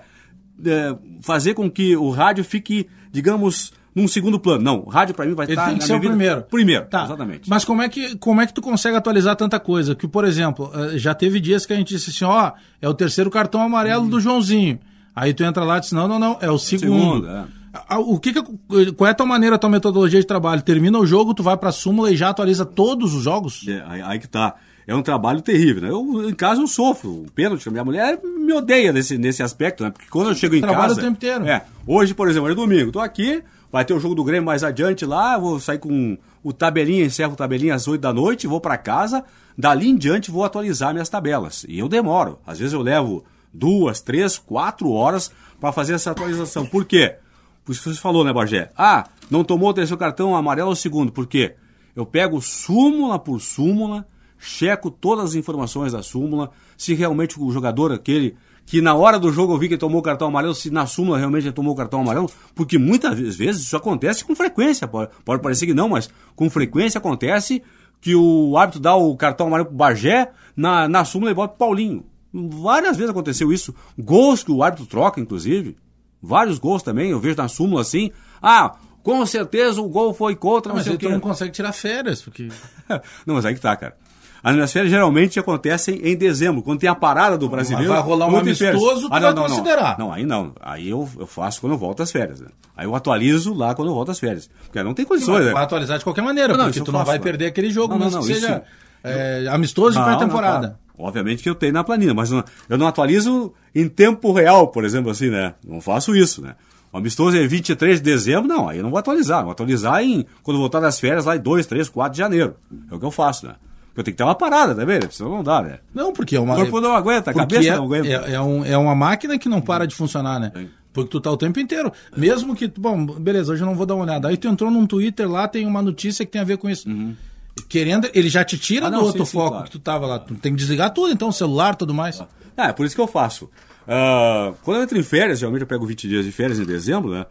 é fazer com que o rádio fique, digamos, num segundo plano. Não, o rádio para mim vai Ele estar... Ele tem que ser o vida... primeiro. Primeiro, tá. Exatamente. Mas como é, que, como é que tu consegue atualizar tanta coisa? Que, por exemplo, já teve dias que a gente disse assim, ó, é o terceiro cartão amarelo hum. do Joãozinho. Aí tu entra lá e diz, não, não, não, é o segundo. segundo é. O que que, qual é a tua maneira, a tua metodologia de trabalho? Termina o jogo, tu vai pra súmula e já atualiza todos os jogos? É, aí, aí que tá. É um trabalho terrível, né? Eu, em casa, eu sofro. O pênalti, a minha mulher me odeia nesse, nesse aspecto, né? Porque quando eu chego em trabalho casa... Trabalho o tempo inteiro. É. Hoje, por exemplo, é domingo. Tô aqui, vai ter o jogo do Grêmio mais adiante lá, vou sair com o tabelinha, encerro o tabelinha às oito da noite, vou pra casa, dali em diante vou atualizar minhas tabelas. E eu demoro. Às vezes eu levo duas, três, quatro horas para fazer essa atualização. Por quê? Por isso que você falou, né, Bagé? Ah, não tomou o terceiro cartão amarelo ou segundo. Por quê? Eu pego súmula por súmula, checo todas as informações da súmula, se realmente o jogador, aquele que na hora do jogo eu vi que ele tomou o cartão amarelo, se na súmula realmente ele tomou o cartão amarelo, porque muitas vezes isso acontece com frequência. Pode, pode parecer que não, mas com frequência acontece que o árbitro dá o cartão amarelo pro Bagé, na, na súmula ele bota pro Paulinho. Várias vezes aconteceu isso. Gols que o árbitro troca, inclusive. Vários gols também, eu vejo na súmula assim. Ah, com certeza o gol foi contra, não, não sei mas o quê. Tu não consegue tirar férias, porque... Não, mas aí que tá, cara. As minhas férias geralmente acontecem em dezembro, quando tem a parada do brasileiro. Vai rolar um amistoso, tu ah, vai não, considerar. Não. não, aí não. Aí eu, eu faço quando eu volto às férias. Né? Aí eu atualizo lá quando eu volto às férias. Porque não tem condições, vai, né? Vai atualizar de qualquer maneira, não, porque tu não faço, vai perder não. aquele jogo, não, não, não, que seja é, amistoso de pré-temporada. Não, obviamente que eu tenho na planilha, mas não, eu não atualizo em tempo real, por exemplo, assim, né? Não faço isso, né? O amistoso é vinte e três de dezembro, não, aí eu não vou atualizar. Vou atualizar em, quando voltar das férias lá em dois, três, quatro de janeiro. É o que eu faço, né? Eu tenho que ter uma parada, tá vendo? Senão não dá, né? Não, porque é uma... O corpo não aguenta, a cabeça é, não aguenta. É, é, um, é uma máquina que não para de funcionar, né? Sim. Porque tu tá o tempo inteiro. Mesmo que... Bom, beleza, hoje eu não vou dar uma olhada. Aí tu entrou num Twitter lá, tem uma notícia que tem a ver com isso. Uhum. Querendo... Ele já te tira ah, não, do outro sim, foco sim, claro. Que tu tava lá. Tu tem que desligar tudo, então, o celular e tudo mais. Ah, é por isso que eu faço. Uh, quando eu entro em férias, geralmente eu pego vinte dias de férias em dezembro, né?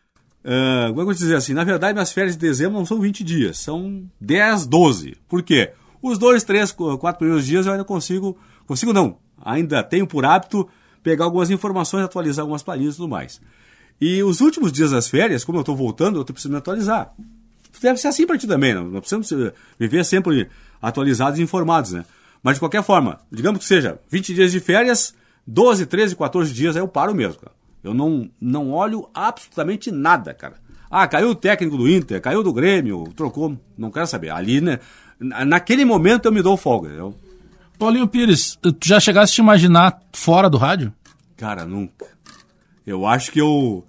Uh, como é que eu vou dizer assim? Na verdade, minhas férias de dezembro não são vinte dias, são dez, doze. Por quê? Os dois, três, quatro primeiros dias eu ainda consigo... Consigo não. Ainda tenho por hábito pegar algumas informações, atualizar algumas planilhas e tudo mais. E os últimos dias das férias, como eu estou voltando, eu estou precisando me atualizar. Deve ser assim para ti também, não, não precisamos viver sempre atualizados e informados, né? Mas de qualquer forma, digamos que seja vinte dias de férias, doze, treze, quatorze dias, aí eu paro mesmo, cara. Eu não, não olho absolutamente nada, cara. Ah, caiu o técnico do Inter, caiu do Grêmio, trocou, não quero saber. Ali, né, naquele momento eu me dou folga. Eu... Paulinho Pires, tu já chegaste a te imaginar fora do rádio? Cara, nunca. Eu acho que eu...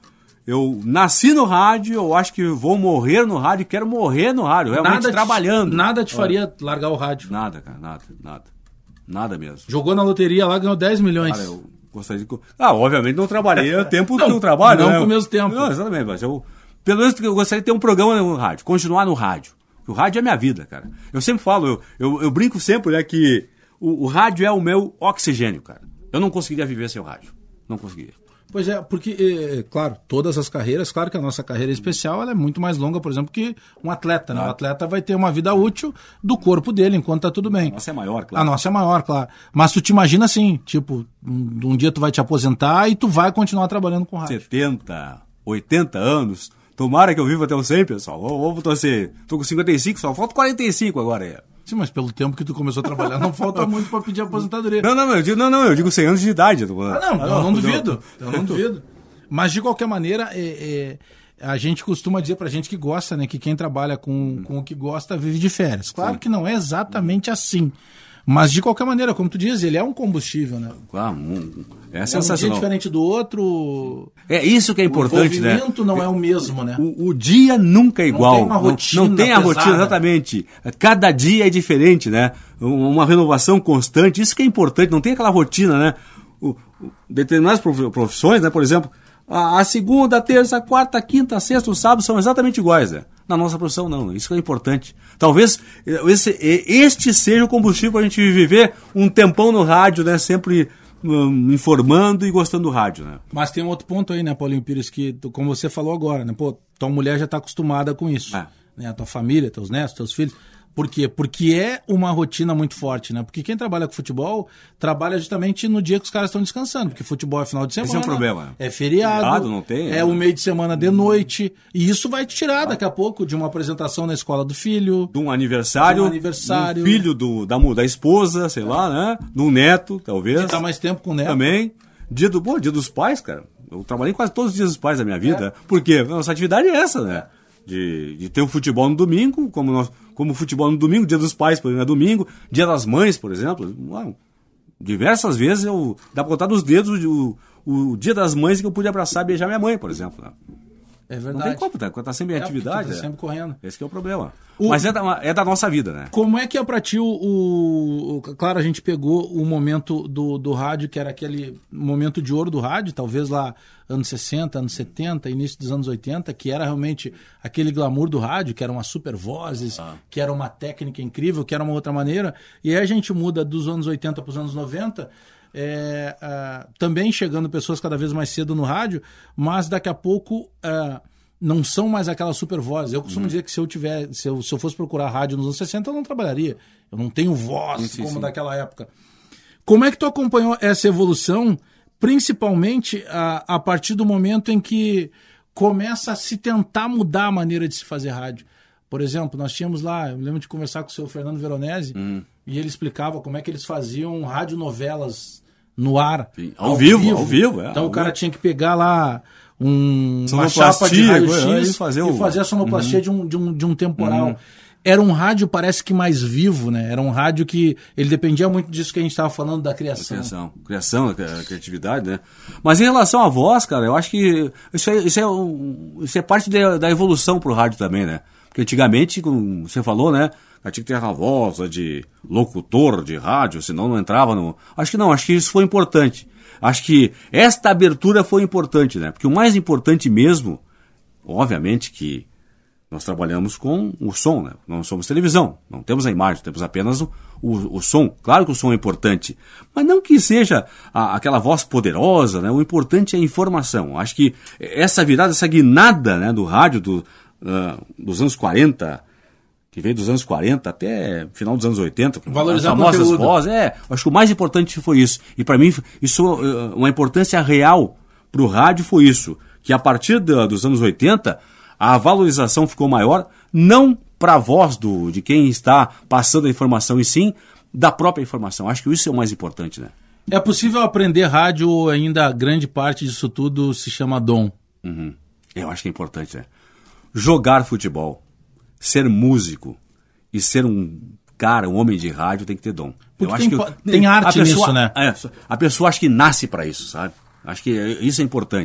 eu nasci no rádio, eu acho que vou morrer no rádio, quero morrer no rádio, realmente Nada te- trabalhando. Nada te faria largar o rádio. Nada, cara, nada, nada. Nada mesmo. Jogou na loteria lá, ganhou dez milhões. Cara, eu gostaria de... Ah, obviamente não trabalhei o tempo Não, que eu trabalho, não né? com o mesmo tempo. Não, exatamente, mas eu... Pelo menos eu gostaria de ter um programa no rádio, continuar no rádio. O rádio é minha vida, cara. Eu sempre falo, eu, eu, eu brinco sempre, né, que o, o rádio é o meu oxigênio, cara. Eu não conseguiria viver sem o rádio. Não conseguiria. Pois é, porque, é, claro, todas as carreiras, claro que a nossa carreira especial ela é muito mais longa, por exemplo, que um atleta, né? O atleta vai ter uma vida útil do corpo dele enquanto tá tudo bem. A nossa é maior, claro. A nossa é maior, claro. Mas tu te imagina assim, tipo, um, um dia tu vai te aposentar e tu vai continuar trabalhando com rádio. setenta, oitenta anos. Tomara que eu viva até os cem, pessoal. Vamos torcer. Tô com cinquenta e cinco, só falta quarenta e cinco agora. É. Sim, mas pelo tempo que tu começou a trabalhar, não falta muito pra pedir aposentadoria. Não, não, eu digo, não, não, eu digo cem anos de idade. Eu tô falando. Ah, não, eu não duvido. Eu não duvido. Mas, de qualquer maneira, é, é, a gente costuma dizer pra gente que gosta, né? Que quem trabalha com, com o que gosta vive de férias. Claro Sim. que não é exatamente assim. Mas, de qualquer maneira, como tu diz, ele é um combustível, né? Ah, um, é, é sensacional. Um dia diferente do outro. É isso que é importante, né? O movimento né? não é o mesmo, né? O, o dia nunca é igual. Não tem uma rotina Não, não tem a pesada. rotina, exatamente. Cada dia é diferente, né? Uma renovação constante. Isso que é importante. Não tem aquela rotina, né? O, o, determinadas profissões, né? Por exemplo, a, a segunda, a terça, a quarta, a quinta, a sexta, o sábado são exatamente iguais, né? Na nossa profissão, não. Isso que é importante. Talvez esse, este seja o combustível para a gente viver um tempão no rádio, né? Sempre um, informando e gostando do rádio, né? Mas tem um outro ponto aí, né, Paulinho Pires, que, como você falou agora, né? Pô, tua mulher já está acostumada com isso. É. Né? A tua família, teus netos, teus filhos. Por quê? Porque é uma rotina muito forte, né? Porque quem trabalha com futebol trabalha justamente no dia que os caras estão descansando, porque futebol é final de semana. Esse é um problema. É feriado. feriado não tem, é o meio de semana de noite. E isso vai te tirar daqui a pouco de uma apresentação na escola do filho. De um aniversário. De um aniversário. Do filho do, da, da esposa, sei lá, né? De um neto, talvez. De dar mais tempo com o neto. Também. Dia, do, pô, dia dos pais, cara. Eu trabalhei quase todos os dias dos pais da minha vida. É. Por quê? Nossa atividade é essa, né? De, de ter o futebol no domingo, como, nós, como o futebol no domingo, dia dos pais, por exemplo, é domingo, dia das mães, por exemplo. Uau, diversas vezes eu dá pra contar nos dedos o, o dia das mães que eu pude abraçar e beijar minha mãe, por exemplo. Né? É verdade. Não tem como, tá, tá sempre em é atividade. Tá é. sempre correndo. Esse que é o problema. O... Mas é da, é da nossa vida, né? Como é que é pra ti o, o... Claro, a gente pegou o momento do, do rádio, que era aquele momento de ouro do rádio, talvez lá anos sessenta, anos setenta, início dos anos oitenta, que era realmente aquele glamour do rádio, que eram umas super vozes, ah. que era uma técnica incrível, que era uma outra maneira. E aí a gente muda dos anos oitenta para os anos noventa, é, uh, também chegando pessoas cada vez mais cedo no rádio, mas daqui a pouco... Uh, não são mais aquelas super vozes. Eu costumo hum. dizer que se eu tiver, se eu, se eu fosse procurar rádio nos anos sessenta, eu não trabalharia. Eu não tenho voz sim, sim, como sim. daquela época. Como é que tu acompanhou essa evolução, principalmente a, a partir do momento em que começa a se tentar mudar a maneira de se fazer rádio? Por exemplo, nós tínhamos lá, eu lembro de conversar com o seu Fernando Veronese, hum. e ele explicava como é que eles faziam radionovelas no ar. Ao, ao vivo, vivo, ao vivo. É, então ao o cara vivo. tinha que pegar lá um, uma chapa de raio-x e fazer, o... e fazer a sonoplastia uhum. de, um, de, um, de um temporal. Uhum. Era um rádio, parece que mais vivo, né? Era um rádio que ele dependia muito disso que a gente estava falando da criação. Da criação, criação, da criatividade, né? Mas em relação à voz, cara, eu acho que isso é, isso é, um, isso é parte de, da evolução pro rádio também, né? Porque antigamente, como você falou, né? Tinha que ter a voz de locutor de rádio, senão não entrava no... Acho que não, acho que isso foi importante. Acho que esta abertura foi importante, né? Porque o mais importante mesmo, obviamente que nós trabalhamos com o som, né? Não somos televisão, não temos a imagem, temos apenas o, o, o som. Claro que o som é importante, mas não que seja a, aquela voz poderosa, né? O importante é a informação. Acho que essa virada, essa guinada, né, do rádio do, uh, dos anos quarenta... que veio dos anos quarenta até final dos anos oitenta, com valorizar as famosas vozes, é, acho que o mais importante foi isso. E para mim, isso, uma importância real para o rádio foi isso, que a partir de, dos anos oitenta, a valorização ficou maior, não para a voz do, de quem está passando a informação, e sim da própria informação. Acho que isso é o mais importante, né? É possível aprender rádio ou ainda grande parte disso tudo se chama dom? Uhum. Eu acho que é importante, né? Jogar futebol, ser músico e ser um cara, um homem de rádio, tem que ter dom. Porque eu acho tem, que tem arte pessoa, nisso, né? É, a pessoa acho que nasce para isso, sabe? Acho que isso é importante.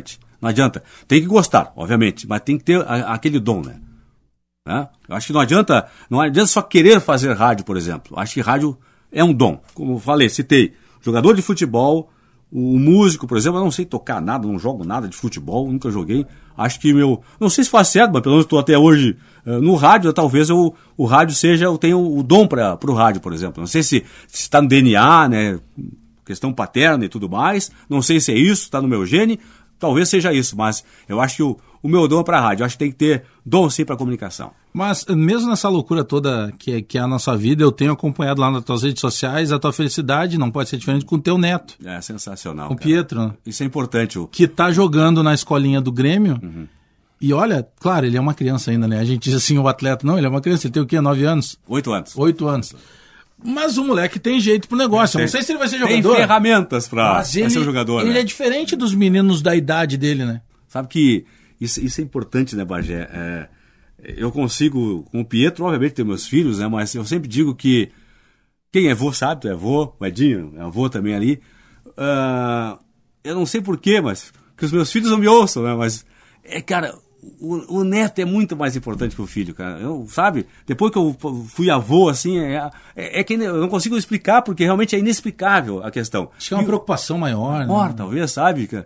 Não adianta. Tem que gostar, obviamente, mas tem que ter a, aquele dom, né? né? Eu acho que não adianta, não adianta só querer fazer rádio, por exemplo. Acho que rádio é um dom. Como eu falei, citei, jogador de futebol, o músico, por exemplo, eu não sei tocar nada, não jogo nada de futebol, nunca joguei. Acho que meu, não sei se faz certo, mas pelo menos estou até hoje uh, no rádio, talvez eu, o rádio seja, eu tenho o dom para o rádio, por exemplo. Não sei se está no D N A, né? Questão paterna e tudo mais. Não sei se é isso, está no meu gene. Talvez seja isso, mas eu acho que o, o meu dom é para a rádio. Eu acho que tem que ter dom sim para comunicação. Mas mesmo nessa loucura toda que é, que é a nossa vida, eu tenho acompanhado lá nas tuas redes sociais a tua felicidade, não pode ser diferente com o teu neto. É sensacional. Com o Pietro. Né? Isso é importante. O... Que tá jogando na escolinha do Grêmio. Uhum. E olha, claro, ele é uma criança ainda, né? A gente diz assim, o atleta, não, ele é uma criança, ele tem o quê? Nove anos? Oito anos. Oito anos. Mas o moleque tem jeito pro negócio. Eu não sei se ele vai ser jogador. Tem ferramentas pra, mas ele, pra ser um jogador. Ele né? é diferente dos meninos da idade dele, né? Sabe que isso, isso é importante, né, Bagé? É, eu consigo, com o Pietro, obviamente, ter meus filhos, né? Mas eu sempre digo que quem é avô sabe, tu é avô, o Edinho é avô também ali. Uh, eu não sei porquê, mas que os meus filhos não me ouçam, né? Mas, é, cara... O, o neto é muito mais importante que o filho, cara. Eu, sabe? Depois que eu fui avô, assim, é, é, é que eu não consigo explicar, porque realmente é inexplicável a questão. Acho que é uma e, preocupação maior, né? Maior, talvez, sabe, cara?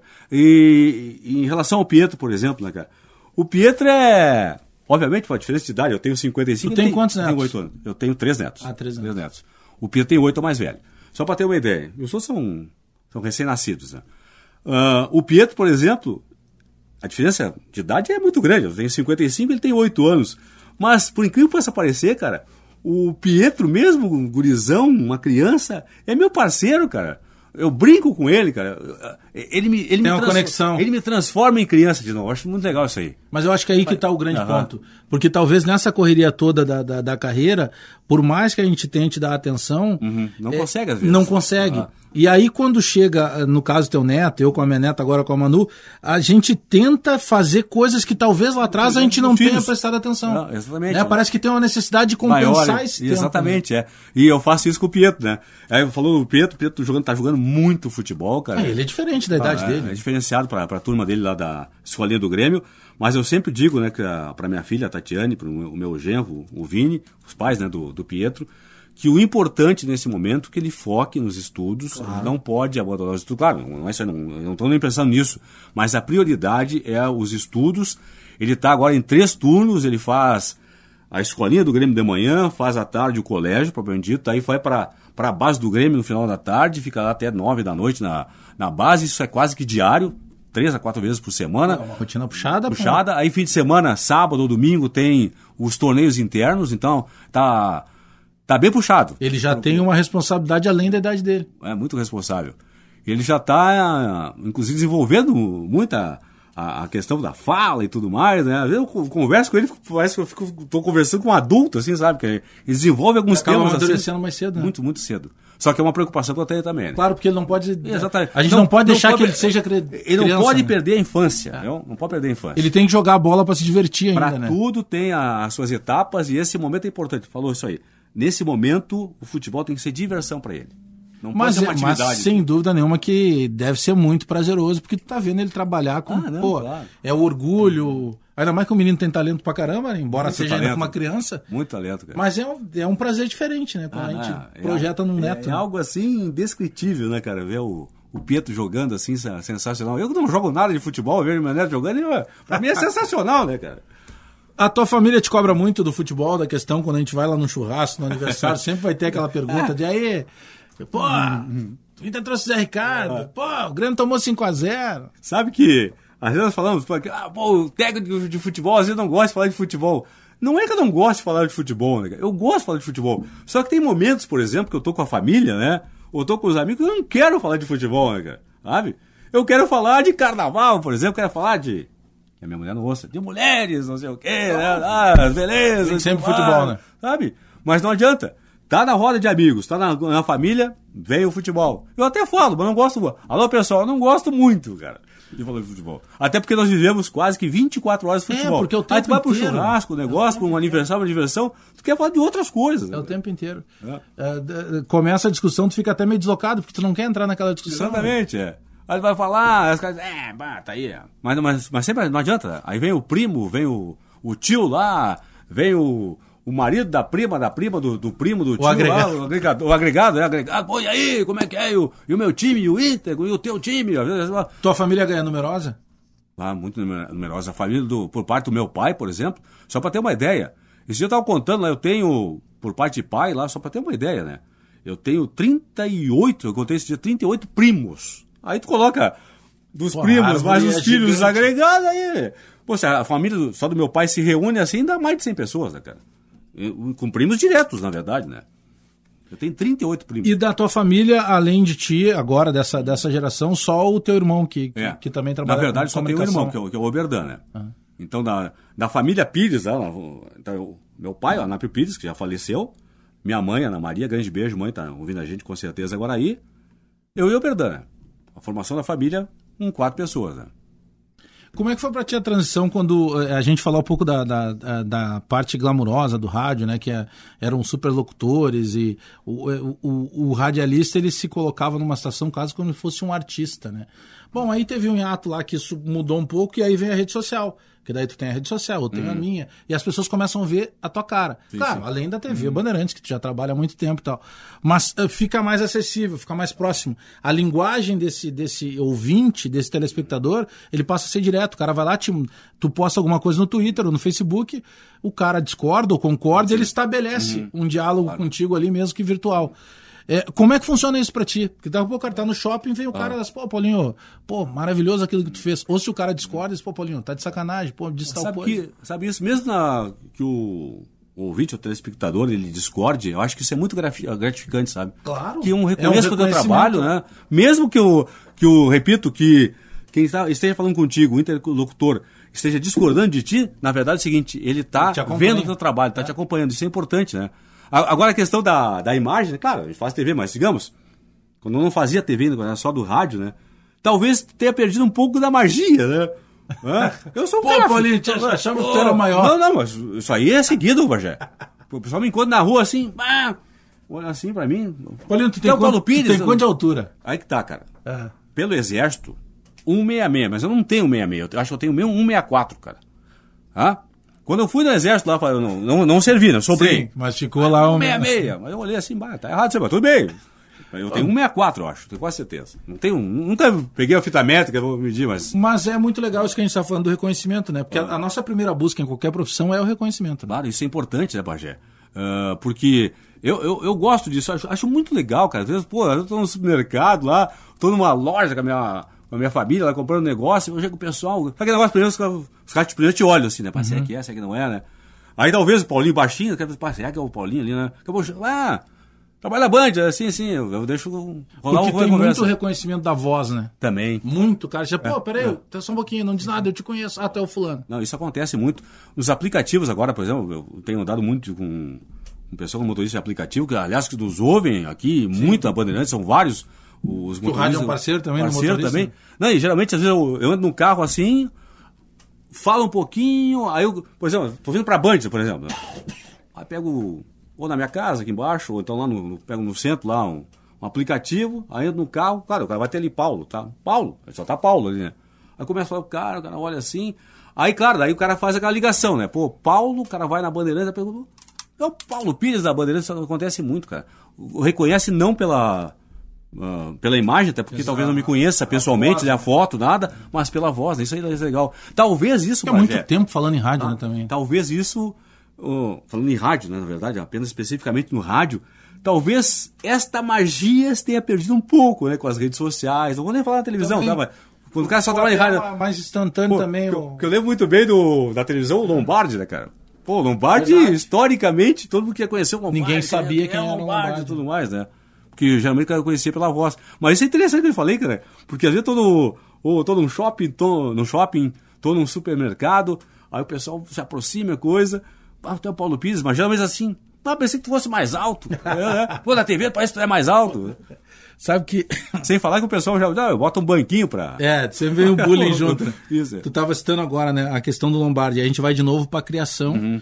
E, e em relação ao Pietro, por exemplo, né, cara? O Pietro é... Obviamente, uma diferença de idade. Eu tenho cinquenta e cinco. Tu tem quantos netos? Eu tenho oito anos. Eu tenho três netos. Ah, três netos. Três netos. O Pietro tem oito, é o mais velho. Só para ter uma ideia. Os outros são, são recém-nascidos, né? Uh, o Pietro, por exemplo... A diferença de idade é muito grande. Eu tenho cinquenta e cinco, ele tem oito anos. Mas, por incrível que possa parecer, cara, o Pietro mesmo, um gurizão, uma criança, é meu parceiro, cara. Eu brinco com ele, cara. Ele me, ele Tem me uma trans... conexão. Ele me transforma em criança de novo. Eu acho muito legal isso aí. Mas eu acho que é aí que está o grande Uhum. ponto. Porque talvez nessa correria toda da, da, da carreira, por mais que a gente tente dar atenção... Uhum. Não é, consegue, às vezes. Não consegue. Uhum. E aí, quando chega, no caso teu neto, eu com a minha neta, agora com a Manu, a gente tenta fazer coisas que talvez lá atrás a gente não tenha prestado atenção. Não, exatamente. Né? Parece que tem uma necessidade de compensar Maior, esse tempo. Exatamente, né? é. E eu faço isso com o Pietro, né? Aí falou o Pietro, o Pietro jogando, tá jogando muito futebol, cara. É, ele é diferente da ah, idade é, dele. É diferenciado para a turma dele lá da escolinha do Grêmio. Mas eu sempre digo, né, para minha filha, a Tatiane, para o meu genro, o Vini, os pais, né, do, do Pietro, que o importante nesse momento é que ele foque nos estudos, claro. Não pode abandonar os estudos, claro, não é isso, não, eu não estou nem pensando nisso, mas a prioridade é os estudos. Ele está agora em três turnos, ele faz a escolinha do Grêmio de manhã, faz à tarde o colégio, propriamente dito, aí vai para a base do Grêmio no final da tarde, fica lá até nove da noite na, na base, isso é quase que diário, três a quatro vezes por semana. É uma rotina puxada. Puxada, pô. Aí fim de semana, sábado ou domingo, tem os torneios internos, então tá... Tá bem puxado. Ele já tem uma responsabilidade além da idade dele. É muito responsável. Ele já está, inclusive, desenvolvendo muita a, a questão da fala e tudo mais, né? Às vezes eu converso com ele, parece que eu fico, tô conversando com um adulto, assim, sabe? Que ele desenvolve alguns acaba temas amadurecendo assim, mais cedo, né? Muito, muito cedo. Só que é uma preocupação que eu tenho também, né? Claro, porque ele não pode... Exatamente. A gente não, não pode deixar não pode, que ele seja cre... Ele criança, não pode né? perder a infância, é. não, não pode perder a infância. Ele tem que jogar a bola para se divertir ainda, pra né? Tudo tem a, as suas etapas e esse momento é importante. Falou isso aí. Nesse momento, o futebol tem que ser diversão para ele. Não mas, pode ser uma atividade. Mas sem dúvida nenhuma que deve ser muito prazeroso, porque tu tá vendo ele trabalhar com... Ah, não, pô, claro. É o orgulho... Ainda mais que o menino tem talento pra caramba, né? Embora muito seja talento. ainda uma criança. Muito talento, cara. Mas é um, é um prazer diferente, né? Quando ah, a gente é, projeta num neto. É, é né? algo assim indescritível, né, cara? Ver o, o Pietro jogando assim, sensacional. Eu não jogo nada de futebol, ver meu neto jogando, eu, pra mim é sensacional, né, cara? A tua família te cobra muito do futebol, da questão, quando a gente vai lá no churrasco, no aniversário, sempre vai ter aquela pergunta de aí, pô, tu ainda trouxe o Zé Ricardo, pô, o Grêmio tomou cinco a zero. Sabe que, às vezes nós falamos, ah, pô, o técnico de, de futebol, às vezes não gosta de falar de futebol. Não é que eu não gosto de falar de futebol, né? Eu gosto de falar de futebol. Só que tem momentos, por exemplo, que eu tô com a família, né? Ou tô com os amigos, eu não quero falar de futebol, né, cara? Sabe? Eu quero falar de carnaval, por exemplo, quero falar de... A minha mulher não ouça. De mulheres, não sei o quê, né? Ah, beleza. Tem sempre futebol, né? Sabe? Mas não adianta. Tá na roda de amigos, tá na, na família, vem o futebol. Eu até falo, mas não gosto... Alô, pessoal, eu não gosto muito, cara, de falar de futebol. Até porque nós vivemos quase que vinte e quatro horas de futebol. É, porque o tempo Aí tu vai pro inteiro. churrasco, o negócio, pra um aniversário, uma diversão, tu quer falar de outras coisas. É né? o tempo inteiro. É. É, começa a discussão, tu fica até meio deslocado, porque tu não quer entrar naquela discussão. Exatamente, né? é. Aí ele vai falar, as caras, é, bah, tá aí. Mas, mas, mas sempre não adianta. Aí vem o primo, vem o, o tio lá, vem o, o marido da prima, da prima, do, do primo, do tio o agregado. lá, o agregado, o agregado, é agregado. Pô, e aí, como é que é? E o, e o meu time, e o Inter, e o teu time? Tua família ganha numerosa? Ah, muito numerosa. A família, do, por parte do meu pai, por exemplo, só pra ter uma ideia. Esse dia eu tava contando lá, eu tenho, por parte de pai lá, só pra ter uma ideia, né? Eu tenho trinta e oito, eu contei esse dia, trinta e oito primos. Aí tu coloca dos Pô, primos, mais os é filhos gigante. Agregados, aí... Pô, se a família só do meu pai se reúne assim, dá mais de cem pessoas, né, cara? Eu, com primos diretos, na verdade, né? Eu tenho trinta e oito primos. E da tua família, além de ti, agora, dessa, dessa geração, só o teu irmão que, que, é. que também trabalha com Na verdade, com só tem um irmão, que é o, que é o Oberdan, né? Ah. Então, da, da família Pires, lá, então, meu pai, o Anápio Pires, que já faleceu, minha mãe, Ana Maria, grande beijo, mãe, tá ouvindo a gente com certeza agora aí, eu e o Oberdan, né? A formação da família, com quatro pessoas, né? Como é que foi pra ti a transição quando a gente falou um pouco da, da, da parte glamurosa do rádio, né? Que é, eram superlocutores e o, o, o radialista ele se colocava numa estação quase como se fosse um artista, né? Bom, aí teve um hiato lá que isso mudou um pouco e aí vem a rede social. Que daí tu tem a rede social, eu tenho hum. a minha, e as pessoas começam a ver a tua cara. Sim, claro, sim. Além da T V hum. Bandeirantes, que tu já trabalha há muito tempo e tal. Mas uh, fica mais acessível, fica mais próximo. A linguagem desse, desse ouvinte, desse telespectador, ele passa a ser direto. O cara vai lá, te, tu posta alguma coisa no Twitter ou no Facebook, o cara discorda ou concorda, sim. Ele estabelece hum. um diálogo claro. Contigo ali mesmo que virtual. É, como é que funciona isso pra ti? Porque daqui a pouco o cara tá no shopping, vem o cara ah. das, pô, Paulinho, pô, maravilhoso aquilo que tu fez. Ou se o cara discorda, diz, pô, Paulinho, tá de sacanagem, pô, diz tal sabe coisa. Que, sabe isso, mesmo na, que o, o ouvinte, o telespectador, ele discorde, eu acho que isso é muito gratificante, sabe? Claro. Que um reconheça é um o teu trabalho, né? Mesmo que o, que o repito, que quem está, esteja falando contigo, o interlocutor, esteja discordando de ti, na verdade é o seguinte, ele tá vendo o teu trabalho, tá é. te acompanhando, isso é importante, né? Agora a questão da, da imagem, claro, a gente faz T V, mas digamos, quando eu não fazia T V, quando era só do rádio, né? Talvez tenha perdido um pouco da magia, né? Eu sou um Pô, cara... Paulinho, te achava que tu era maior. Não, não, mas isso aí é seguido, Bagé. O pessoal me encontra na rua assim, ah, olha assim pra mim. Paulinho, tu tem, quanto, Paulo Pires, tu tem quanto de altura? Aí que tá, cara. É. Pelo exército, um metro e sessenta e seis, mas eu não tenho um metro e sessenta e seis, eu acho que eu tenho mesmo um metro e sessenta e quatro, cara. Ah? Quando eu fui no exército lá, eu não, não, não servi, né? Sobrei. Sim, mas ficou lá um... um metro e sessenta e seis, mas eu olhei assim, bah, tá errado, mas tudo bem. Eu tenho um metro e sessenta e quatro, eu acho, tenho quase certeza. Não tenho, nunca peguei a fita métrica, vou medir, mas... Mas é muito legal isso que a gente está falando do reconhecimento, né? Porque ah. a, a nossa primeira busca em qualquer profissão é o reconhecimento. Né? Claro, isso é importante, né, Bagé? Uh, porque eu, eu, eu gosto disso, acho, acho muito legal, cara. Às vezes, pô, eu tô no supermercado lá, tô numa loja com a minha... com a minha família, lá comprando um negócio, eu chego com o pessoal, sabe aquele negócio, primeiro, os, os caras primeiro te olham assim, né? Pá, uhum. Será que é, será que não é, né? Aí talvez o Paulinho baixinho, eu quero pensar, será que é o Paulinho ali, né? Acabou, ah, trabalha na Band, assim, assim, eu, eu deixo rolar Porque um tem conversa. Muito reconhecimento da voz, né? Também. Muito, cara. Já, pô, é, peraí, é. tá só um pouquinho, não diz nada, eu te conheço. Ah, tu é o fulano. Não, isso acontece muito. Nos aplicativos agora, por exemplo, eu tenho andado muito com um pessoal com motorista de aplicativo, que aliás, que nos ouvem aqui, Sim. muito na Bandeirantes, são vários os motoristas. O rádio é um parceiro também, parceiro no motorista. também. Não, e geralmente, às vezes, eu, eu ando num carro assim, falo um pouquinho, aí eu, por exemplo, tô vindo pra Band, por exemplo. Aí pego, ou na minha casa, aqui embaixo, ou então lá no, no pego no centro, lá, um, um aplicativo, aí entro no carro, cara, o cara vai ter ali Paulo, tá? Paulo, só tá Paulo ali, né? Aí começa a falar com o cara, o cara olha assim, aí, claro, daí o cara faz aquela ligação, né? Pô, Paulo, o cara vai na Bandeirantes, pergunta, é o Paulo Pires da Bandeirantes, isso acontece muito, cara. O, reconhece não pela... Uh, pela imagem, até porque Exato. Talvez não me conheça pessoalmente, né, a foto, nada, mas pela voz, né, isso aí é legal. Talvez isso, é muito Bagé, tempo falando em rádio, tá, né, também. Talvez isso, uh, falando em rádio, né, na verdade, apenas especificamente no rádio, talvez esta magia se tenha perdido um pouco, né, com as redes sociais, não vou nem falar na televisão, tá, mas quando o cara só trabalha em rádio... Mais instantâneo pô, também. Que, o... eu, que eu lembro muito bem do, da televisão, o Lombardi, né, cara? Pô, Lombardi, Verdade. Historicamente, todo mundo queria conhecer o Lombardi. Ninguém sabia quem, quem era o Lombardi e tudo mais, né? Que geralmente eu conhecia pela voz. Mas isso é interessante que eu falei, cara. Porque às vezes tô, no, ou, tô num shopping, tô no shopping, tô num supermercado, aí o pessoal se aproxima, coisa. Ah, tem o Paulo Pires, mas geralmente assim, ah, pensei que tu fosse mais alto. É, pô, na T V parece que tu é mais alto. Sabe que... Sem falar que o pessoal já ah, eu boto um banquinho pra... É, sempre vem o bullying junto. Né? Isso. Tu tava citando agora, né, a questão do Lombardi. A gente vai de novo pra criação. Uhum.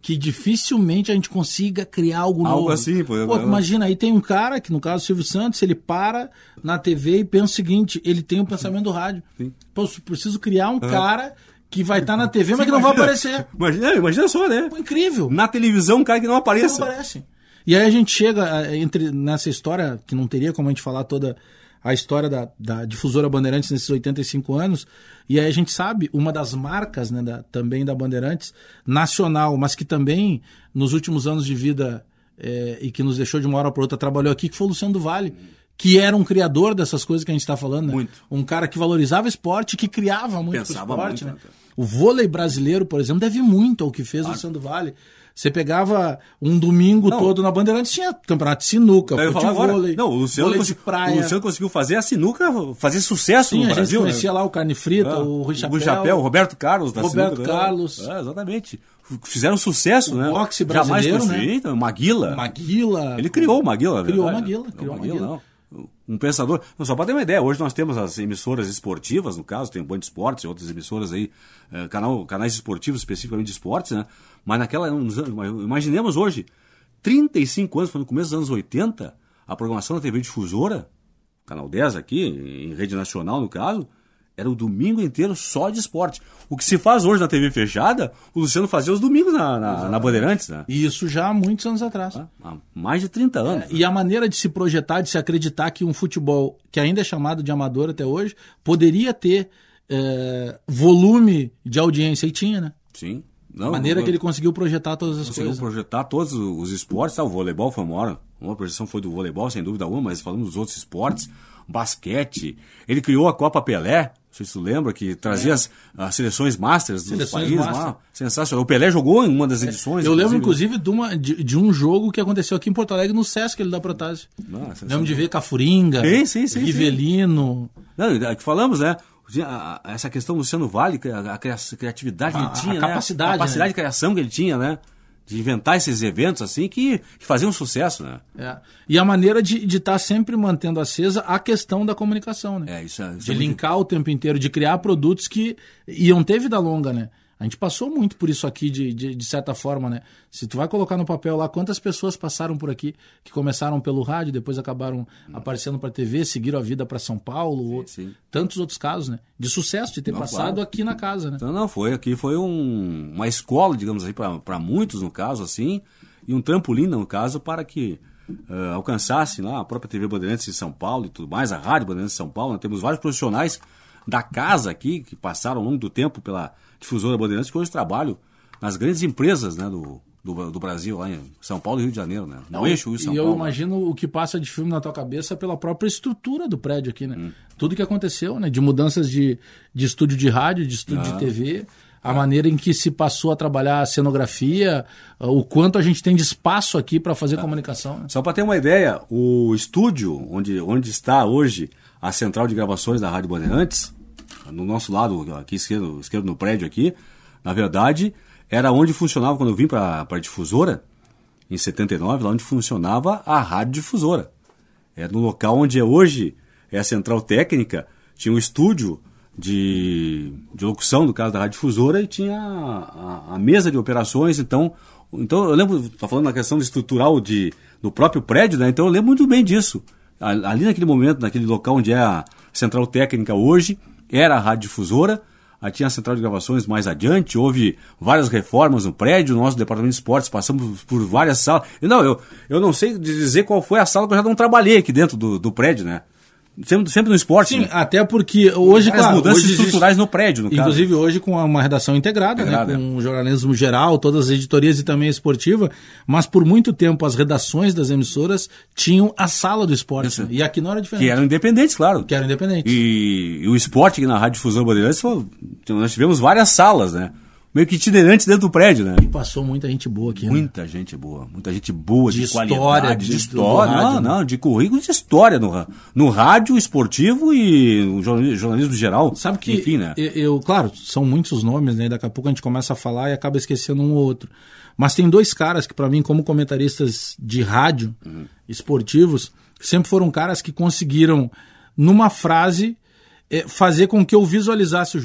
que dificilmente a gente consiga criar algo, algo novo. assim, pô. Pô, imagina, aí tem um cara, que no caso o Silvio Santos, ele para na T V e pensa o seguinte, ele tem o pensamento do rádio. Sim. Pô, eu preciso criar um uhum. cara que vai estar tá na T V, mas que não vai aparecer. Imagina, imagina só, né? Pô, incrível. Na televisão, um cara que não aparece. Não aparece. E aí a gente chega entre, nessa história, que não teria como a gente falar toda a história da, da difusora Bandeirantes nesses oitenta e cinco anos, e aí a gente sabe, uma das marcas, né, da, também da Bandeirantes, nacional, mas que também nos últimos anos de vida é, e que nos deixou de uma hora para outra, trabalhou aqui, que foi o Luciano do Vale, que era um criador dessas coisas que a gente está falando, né? Muito. Um cara que valorizava esporte, que criava muito Pensava esporte. Muito, né? né? O vôlei brasileiro, por exemplo, deve muito ao que fez o Luciano do Vale. Você pegava um domingo não. todo na Bandeirantes, tinha campeonato de sinuca, futevôlei, não, o Luciano, vôlei consegui, de praia. O Luciano conseguiu fazer a sinuca, fazer sucesso Sim, no a Brasil. Gente conhecia né? lá o Carne Frita, ah, o Rui Chapéu, o Chapéu, o Roberto Carlos da Roberto sinuca. Carlos. É, exatamente. Fizeram sucesso, o né? Boxe brasileiro, Jamais né? Maguila. Maguila. Ele criou o Maguila, Criou o verdade. Maguila. Criou o Maguila. Não. Um pensador. Não, só para ter uma ideia, hoje nós temos as emissoras esportivas, no caso, tem o Band Esportes e outras emissoras aí, eh, canal, canais esportivos especificamente de esportes, né? Mas naquela, imaginemos hoje, trinta e cinco anos, foi no começo dos anos oitenta, a programação da T V Difusora, Canal dez aqui, em rede nacional no caso, era o domingo inteiro só de esporte. O que se faz hoje na T V fechada, o Luciano fazia os domingos na, na, na Bandeirantes, né? E isso já há muitos anos atrás. Ah, há mais de trinta anos. É, né? E a maneira de se projetar, de se acreditar que um futebol, que ainda é chamado de amador até hoje, poderia ter é, volume de audiência, e tinha, né? Sim. Não, a maneira não, que ele conseguiu projetar todas as conseguiu coisas. Conseguiu projetar todos os esportes, tá? O voleibol foi uma hora, uma projeção foi do voleibol, sem dúvida alguma, mas falando dos outros esportes, basquete, ele criou a Copa Pelé, não sei se tu lembra, que trazia é. as, as seleções masters dos seleções países master. Lá, sensacional. O Pelé jogou em uma das edições. Eu lembro, inclusive, de, uma, de, de um jogo que aconteceu aqui em Porto Alegre, no Sesc, ele da Protásio. Lembro de ver Cafuringa, sim, sim, sim, Rivelino. Sim. Não, é que falamos, né? Essa questão do Luciano Vale, a, a criatividade a, que ele tinha, a capacidade, né? A capacidade né? de criação que ele tinha, né? De inventar esses eventos assim que, que faziam sucesso, né? É. E a maneira de estar de tá sempre mantendo acesa a questão da comunicação, né? É, isso é, isso de é linkar muito... o tempo inteiro, de criar produtos que iam ter vida longa, né? A gente passou muito por isso aqui, de, de, de certa forma, né? Se tu vai colocar no papel lá quantas pessoas passaram por aqui, que começaram pelo rádio, depois acabaram hum. aparecendo para a T V, seguiram a vida para São Paulo, sim, ou sim. tantos outros casos, né? De sucesso, de ter não, passado claro. Aqui na casa, né? Então, não, foi aqui, foi um, uma escola, digamos assim, para muitos, no caso, assim, e um trampolim, no caso, para que uh, alcançassem lá a própria T V Bandeirantes em São Paulo e tudo mais, a Rádio Bandeirantes em São Paulo. Nós temos vários profissionais da casa aqui, que passaram ao longo do tempo pela difusora Bandeirantes, que hoje trabalham nas grandes empresas, né, do, do, do Brasil, lá em São Paulo e Rio de Janeiro, né? No Não, eixo Rio São e Paulo. E eu imagino o que passa de filme na tua cabeça pela própria estrutura do prédio aqui, né? Hum. Tudo que aconteceu, né? De mudanças de, de estúdio de rádio, de estúdio ah. de T V, a ah. maneira em que se passou a trabalhar a cenografia, o quanto a gente tem de espaço aqui para fazer ah. comunicação. Né? Só para ter uma ideia, o estúdio onde, onde está hoje a central de gravações da Rádio Bandeirantes, no nosso lado, aqui esquerdo, esquerdo no prédio aqui, na verdade, era onde funcionava, quando eu vim para a difusora, em setenta e nove, lá onde funcionava a Rádio Difusora. Era no local onde é hoje é a central técnica, tinha um estúdio de, de locução, no caso da Rádio Difusora, e tinha a, a, a mesa de operações. Então, então eu lembro, estou falando na questão estrutural de, do próprio prédio, né? Então eu lembro muito bem disso. Ali naquele momento, naquele local onde é a central técnica hoje, era a Rádio Difusora, aí tinha a central de gravações mais adiante, houve várias reformas no prédio, no nosso departamento de esportes, passamos por várias salas. Não, eu, eu não sei dizer qual foi a sala que eu já não trabalhei aqui dentro do, do prédio, né? Sempre, sempre no esporte. Sim, né? Até porque hoje, as claro, mudanças hoje estruturais existe, no prédio, no inclusive caso. hoje com uma redação integrada, integrada né, com o jornalismo geral, todas as editorias e também a esportiva, mas por muito tempo as redações das emissoras tinham a sala do esporte, né? E aqui não era diferente. Que eram independentes, claro. Que eram independentes. E, e o esporte aqui na Rádio Difusão Bandeirantes, nós tivemos várias salas, né? Meio que itinerantes dentro do prédio, né? E passou muita gente boa aqui, Muita né? gente boa. Muita gente boa, de, de história, qualidade, de, de história. Do, do rádio, não, né? não, de currículo de história no, no rádio esportivo e no jornalismo geral. Sabe que, enfim, né? Eu, eu, claro, são muitos os nomes, né? Daqui a pouco a gente começa a falar e acaba esquecendo um ou outro. Mas tem dois caras que, para mim, como comentaristas de rádio, uhum. esportivos, sempre foram caras que conseguiram, numa frase, é, fazer com que eu visualizasse o jogo.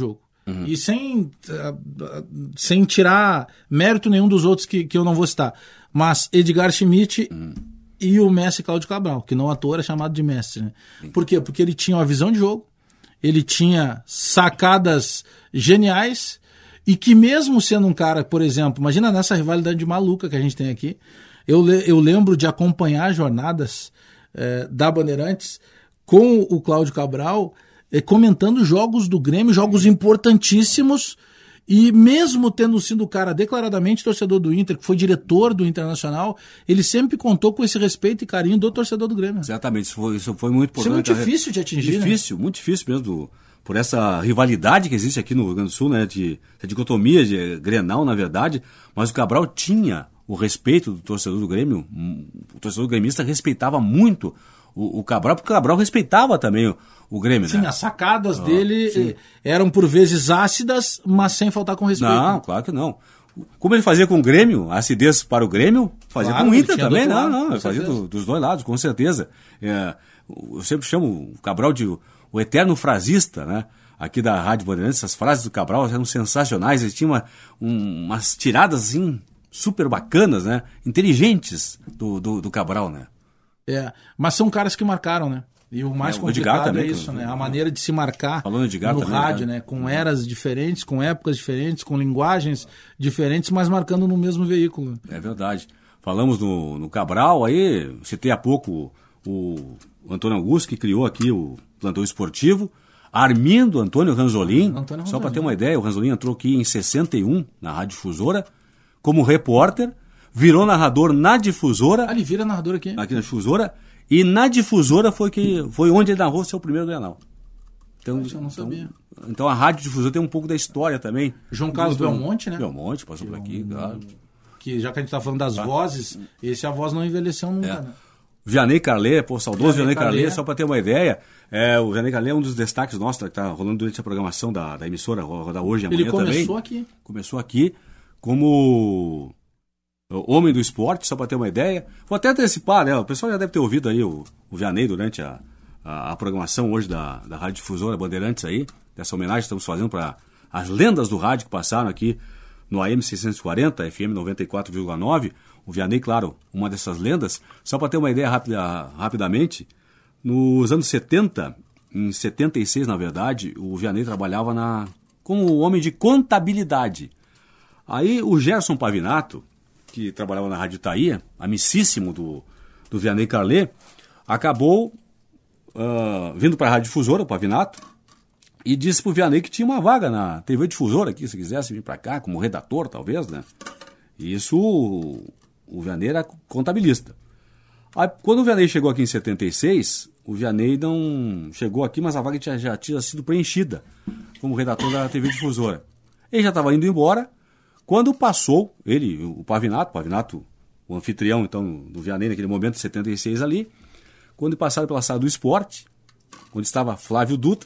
Uhum. E sem, uh, sem tirar mérito nenhum dos outros que, que eu não vou citar. Mas Edgar Schmidt uhum. e o mestre Cláudio Cabral, que não à toa era chamado de mestre. Né? Por quê? Porque ele tinha uma visão de jogo, ele tinha sacadas geniais e que mesmo sendo um cara, por exemplo, imagina nessa rivalidade maluca que a gente tem aqui, eu, eu lembro de acompanhar jornadas eh, da Bandeirantes com o Cláudio Cabral eh, comentando jogos do Grêmio, jogos importantíssimos, e mesmo tendo sido o cara declaradamente torcedor do Inter, que foi diretor do Internacional, ele sempre contou com esse respeito e carinho do torcedor do Grêmio. Exatamente, isso foi, isso foi muito importante. Isso é muito difícil de atingir. Difícil, né? muito difícil mesmo, do, por essa rivalidade que existe aqui no Rio Grande do Sul, né, de, de dicotomia, de Grenal, na verdade, mas o Cabral tinha o respeito do torcedor do Grêmio, o torcedor gremista respeitava muito o, o Cabral, porque o Cabral respeitava também o, o Grêmio, sim, né? As sacadas ah, dele sim. eram por vezes ácidas, mas sem faltar com respeito. Não, claro que não. Como ele fazia com o Grêmio, a acidez para o Grêmio, fazia claro, com o Inter também, não, não, ele fazia do, dos dois lados, com certeza. É, eu sempre chamo o Cabral de o, o eterno frasista, né? Aqui da Rádio Bandeirantes, essas frases do Cabral eram sensacionais, ele tinha uma, um, umas tiradas assim, super bacanas, né? Inteligentes do, do, do Cabral, né? É, mas são caras que marcaram, né? E o mais é, complicado o também, é isso, que, né? A maneira de se marcar no também, rádio, né? Com eras diferentes, com épocas diferentes, com linguagens diferentes, mas marcando no mesmo veículo. É verdade. Falamos no, no Cabral, aí citei há pouco o, o Antônio Augusto, que criou aqui o Plantão Esportivo. Armindo Antônio Ranzolin, Antônio só para ter uma ideia, o Ranzolin entrou aqui em sessenta e um na Rádio Difusora, como repórter, virou narrador na Difusora. Ah, ele vira narrador aqui. Aqui na Difusora. E na Difusora foi, que, foi onde ele narrou seu primeiro Grenal. Então, eu não sabia. Então, então a Rádio Difusora tem um pouco da história também. João Carlos do, Belmonte, né? Belmonte, passou por aqui, claro. Que já que a gente está falando das ah. vozes, esse a voz não envelheceu nunca, é. né? Vianney Carlet, pô, saudoso Vianney Carlet, só para ter uma ideia, é, o Vianney Carlet é um dos destaques nossos, que está rolando durante a programação da, da emissora, rodar hoje e amanhã também. Ele começou aqui. Começou aqui como homem do esporte, só para ter uma ideia. Vou até antecipar, né? O pessoal já deve ter ouvido aí o, o Vianney durante a, a, a programação hoje da, da Rádio Difusora Bandeirantes aí, dessa homenagem que estamos fazendo para as lendas do rádio que passaram aqui no A M seiscentos e quarenta, F M noventa e quatro vírgula nove. O Vianney, claro, uma dessas lendas. Só para ter uma ideia rápida, rapidamente, nos anos setenta, em setenta e seis, na verdade, o Vianney trabalhava na, como homem de contabilidade. Aí o Gerson Pavinato, que trabalhava na Rádio Itaía, amicíssimo do, do Vianney Carlet, acabou uh, vindo para a Rádio Difusora, o Pavinato, e disse para o Vianney que tinha uma vaga na T V Difusora aqui, se quisesse vir para cá, como redator, talvez, né? E isso, o, o Vianney era contabilista. Aí, quando o Vianney chegou aqui em setenta e seis, o Vianney não chegou aqui, mas a vaga tinha, já tinha sido preenchida como redator da T V Difusora. Ele já estava indo embora, quando passou, ele, o Pavinato, o Pavinato, o anfitrião, então, do Vianney naquele momento, setenta e seis ali, quando passaram pela sala do esporte, onde estava Flávio Dutra,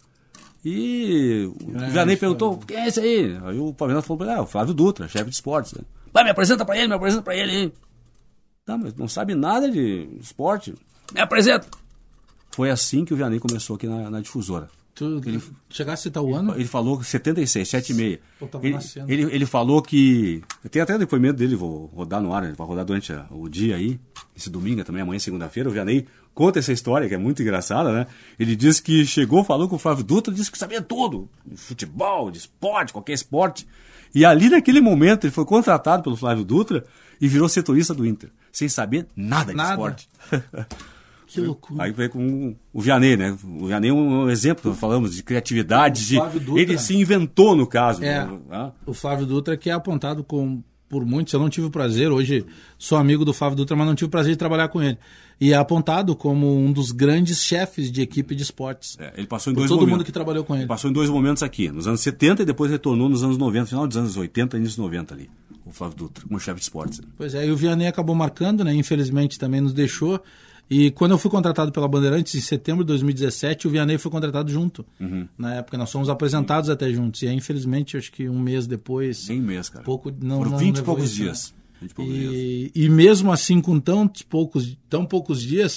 e o é, Vianney perguntou, quem é esse aí? Aí o Pavinato falou para ele, ah, o Flávio Dutra, chefe de esportes. Vai, me apresenta para ele, me apresenta para ele. Hein? Tá, mas não sabe nada de esporte. Me apresenta. Foi assim que o Vianney começou aqui na, na Difusora. Tu ele, chegasse a citar o ano? Ele falou setenta e seis, sete e meia. Eu tava ele, nascendo. Ele, ele falou que... Tem até o depoimento dele, vou rodar no ar, ele vai rodar durante a, o dia aí, esse domingo também, amanhã, segunda-feira. O Vianney conta essa história, que é muito engraçada, né? Ele disse que chegou, falou com o Flávio Dutra, disse que sabia tudo, de futebol, de esporte, qualquer esporte. E ali, naquele momento, ele foi contratado pelo Flávio Dutra e virou setorista do Inter, sem saber nada de nada. esporte. Que loucura. Aí veio com o Vianney, né? O Vianney é um exemplo, falamos, de criatividade. De... Ele se inventou, no caso. É, né? O Flávio Dutra, que é apontado com, por muitos, eu não tive o prazer, hoje sou amigo do Flávio Dutra, mas não tive o prazer de trabalhar com ele. E é apontado como um dos grandes chefes de equipe de esportes. É, ele passou em por dois todo momentos. mundo que trabalhou com ele. Ele passou em dois momentos aqui, nos anos setenta e depois retornou nos anos noventa, final dos anos oitenta, início dos noventa ali. O Flávio Dutra, como chefe de esportes. Pois é, e o Vianney acabou marcando, né? Infelizmente também nos deixou. E quando eu fui contratado pela Bandeirantes, em setembro de dois mil e dezessete, o Vianney foi contratado junto. Uhum. Na época, nós fomos apresentados uhum. até juntos. E aí, infelizmente, acho que um mês depois... Sem mês, cara. Pouco, não, Foram não vinte e poucos dias. vinte e poucos e, dias. E mesmo assim, com tão poucos, tão poucos dias,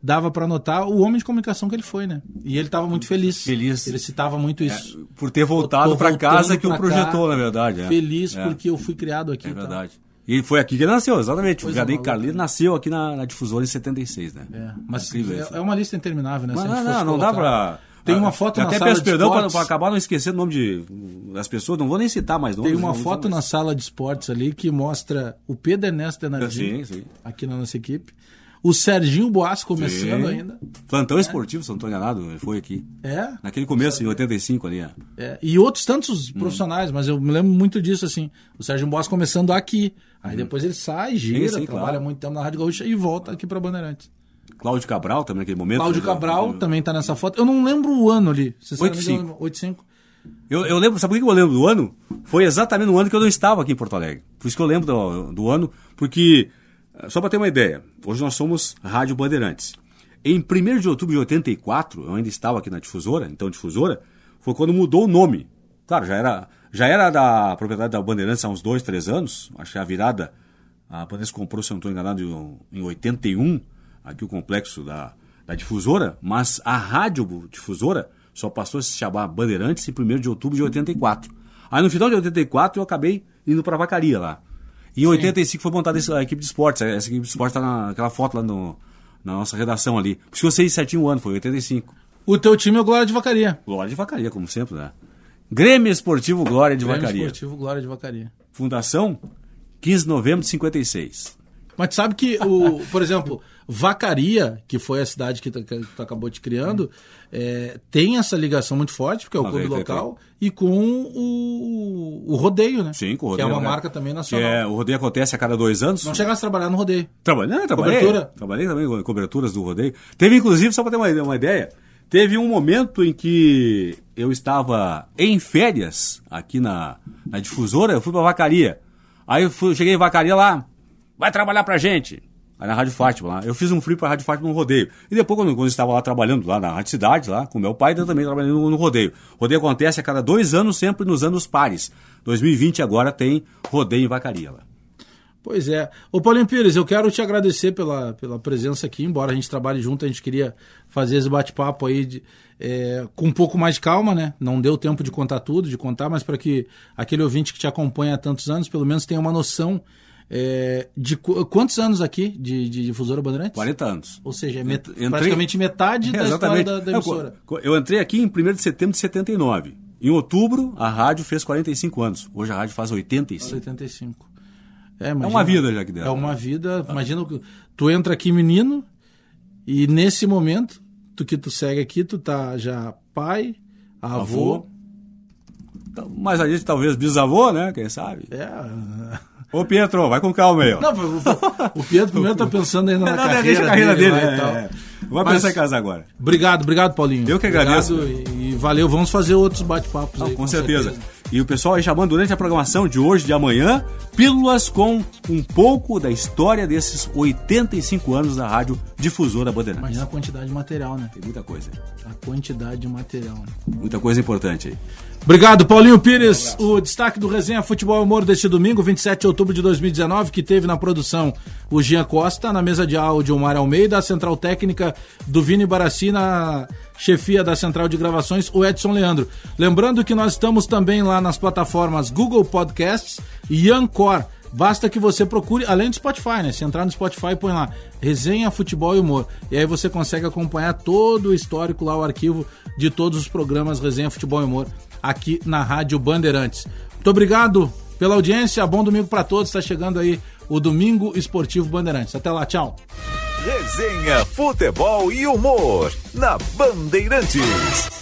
dava para notar o homem de comunicação que ele foi, né? E ele estava muito feliz. Feliz. Ele citava muito isso. É, por ter voltado para casa que o projetou, cá, na verdade. É. Feliz é. porque eu fui criado aqui. É tá? verdade. E foi aqui que ele nasceu, exatamente. Coisa o Jardim maluca, Carlino né? nasceu aqui na, na Difusora em setenta e seis, né? É, mas Incrível, é, é uma lista interminável, né? Mas Se a não, gente não, fosse não dá colocar. pra... Tem uma foto eu na até sala peço de perdão esportes. para acabar não esquecendo o nome de, das pessoas, não vou nem citar mais nomes. Tem uma não, foto não, na sala de esportes ali que mostra o Pedro Ernesto Denardim, sim, sim. aqui na nossa equipe. O Serginho Boas começando sim. ainda. Plantão é. esportivo, se não estou enganado, ele foi aqui. É? Naquele começo, em oitenta e cinco ali. É. É. E outros tantos hum. profissionais, mas eu me lembro muito disso, assim. O Serginho Boas começando aqui. Aí hum. depois ele sai, gira, sim, sim, trabalha claro. muito tempo na Rádio Gaúcha e volta aqui para Bandeirantes. Cláudio Cabral também naquele momento. Cláudio Cabral eu... também está nessa foto. Eu não lembro o ano ali. oitenta e cinco. oitenta e cinco. Eu, eu lembro, sabe por que eu lembro do ano? Foi exatamente no ano que eu não estava aqui em Porto Alegre. Por isso que eu lembro do, do ano, porque, só para ter uma ideia, hoje nós somos Rádio Bandeirantes. Em primeiro de outubro de oitenta e quatro, eu ainda estava aqui na Difusora, então Difusora, foi quando mudou o nome. Claro, já era, já era da propriedade da Bandeirantes há uns dois, três anos, acho que a virada, a Bandeirantes comprou, se eu não estou enganado, em oitenta e um, aqui o complexo da, da Difusora, mas a Rádio Difusora só passou a se chamar Bandeirantes em primeiro de outubro de oitenta e quatro. Aí no final de oitenta e quatro eu acabei indo para a Vacaria lá. E em Sim. oitenta e cinco foi montada a equipe de esportes. Essa equipe de esportes está naquela foto lá no, na nossa redação ali. Por isso que eu sei certinho o ano, foi oitenta e cinco. O teu time é o Glória de Vacaria. Glória de Vacaria, como sempre, né? Grêmio Esportivo Glória de Grêmio Vacaria. Grêmio Esportivo Glória de Vacaria. Fundação quinze de novembro de cinquenta e seis. Mas tu sabe que, o, por exemplo, Vacaria, que foi a cidade que tu, que tu acabou te criando, é, tem essa ligação muito forte, porque é o clube local, e com o, o rodeio, né? Sim, com o rodeio. Que é uma né? marca também nacional. Que é, o rodeio acontece a cada dois anos. Não chegasse a trabalhar no rodeio. Trabalhei, não, trabalhei. Cobertura. Trabalhei também com coberturas do rodeio. Teve, inclusive, só para ter uma, uma ideia, teve um momento em que eu estava em férias aqui na, na Difusora, eu fui para Vacaria. Aí eu fui, cheguei em Vacaria lá, vai trabalhar pra gente. Aí na Rádio Fátima lá. Eu fiz um free pra Rádio Fátima no rodeio. E depois, quando, quando eu estava lá trabalhando, lá na Rádio Cidade, lá com meu pai, eu também trabalhando no, no rodeio. O rodeio acontece a cada dois anos, sempre nos anos pares. dois mil e vinte agora tem rodeio em Vacaria lá. Pois é. Ô Paulinho Pires, eu quero te agradecer pela, pela presença aqui, embora a gente trabalhe junto, a gente queria fazer esse bate-papo aí de, é, com um pouco mais de calma, né? Não deu tempo de contar tudo, de contar, mas para que aquele ouvinte que te acompanha há tantos anos, pelo menos tenha uma noção é, de qu- quantos anos aqui de, de Difusora Bandeirantes? quarenta anos. Ou seja, é met- Entrei... praticamente metade é, da história da, da emissora. Eu, eu entrei aqui em primeiro de setembro de setenta e nove. Em outubro, a rádio fez quarenta e cinco anos. Hoje a rádio faz oitenta e cinco. oitenta e cinco. É, imagina, é uma vida já que deu. É uma vida. Imagina que tu entra aqui menino e nesse momento tu que tu segue aqui, tu tá já pai, avô. avô. Mas a gente talvez bisavô, né? Quem sabe? É. Ô Pietro, vai com calma aí. Ó. Não, o, o Pietro primeiro tá pensando ainda na não, carreira deixa a carreira dele. dele É, e tal. é. Vai pensar em casar agora. Obrigado, obrigado, Paulinho. Eu que agradeço. Obrigado e, e valeu. Vamos fazer outros bate-papos não, aí. Com, com certeza. certeza. E o pessoal aí chamando durante a programação de hoje, de amanhã, pílulas com um pouco da história desses oitenta e cinco anos da Rádio Difusora Bandeirantes. Imagina a quantidade de material, né? Tem muita coisa. A quantidade de material. Né? Muita coisa importante aí. Obrigado, Paulinho Pires. Um o destaque do Resenha Futebol e Humor deste domingo, vinte e sete de outubro de dois mil e dezenove, que teve na produção o Jean Costa, na mesa de áudio o Mário Almeida, a central técnica do Vini Barassi, na chefia da central de gravações o Edson Leandro. Lembrando que nós estamos também lá nas plataformas Google Podcasts e Anchor. Basta que você procure, além do Spotify, né? Se entrar no Spotify, põe lá Resenha Futebol e Humor. E aí você consegue acompanhar todo o histórico lá, o arquivo de todos os programas Resenha Futebol e Humor aqui na Rádio Bandeirantes. Muito obrigado pela audiência, bom domingo para todos. Está chegando aí o Domingo Esportivo Bandeirantes. Até lá, tchau. Resenha Futebol e Humor na Bandeirantes.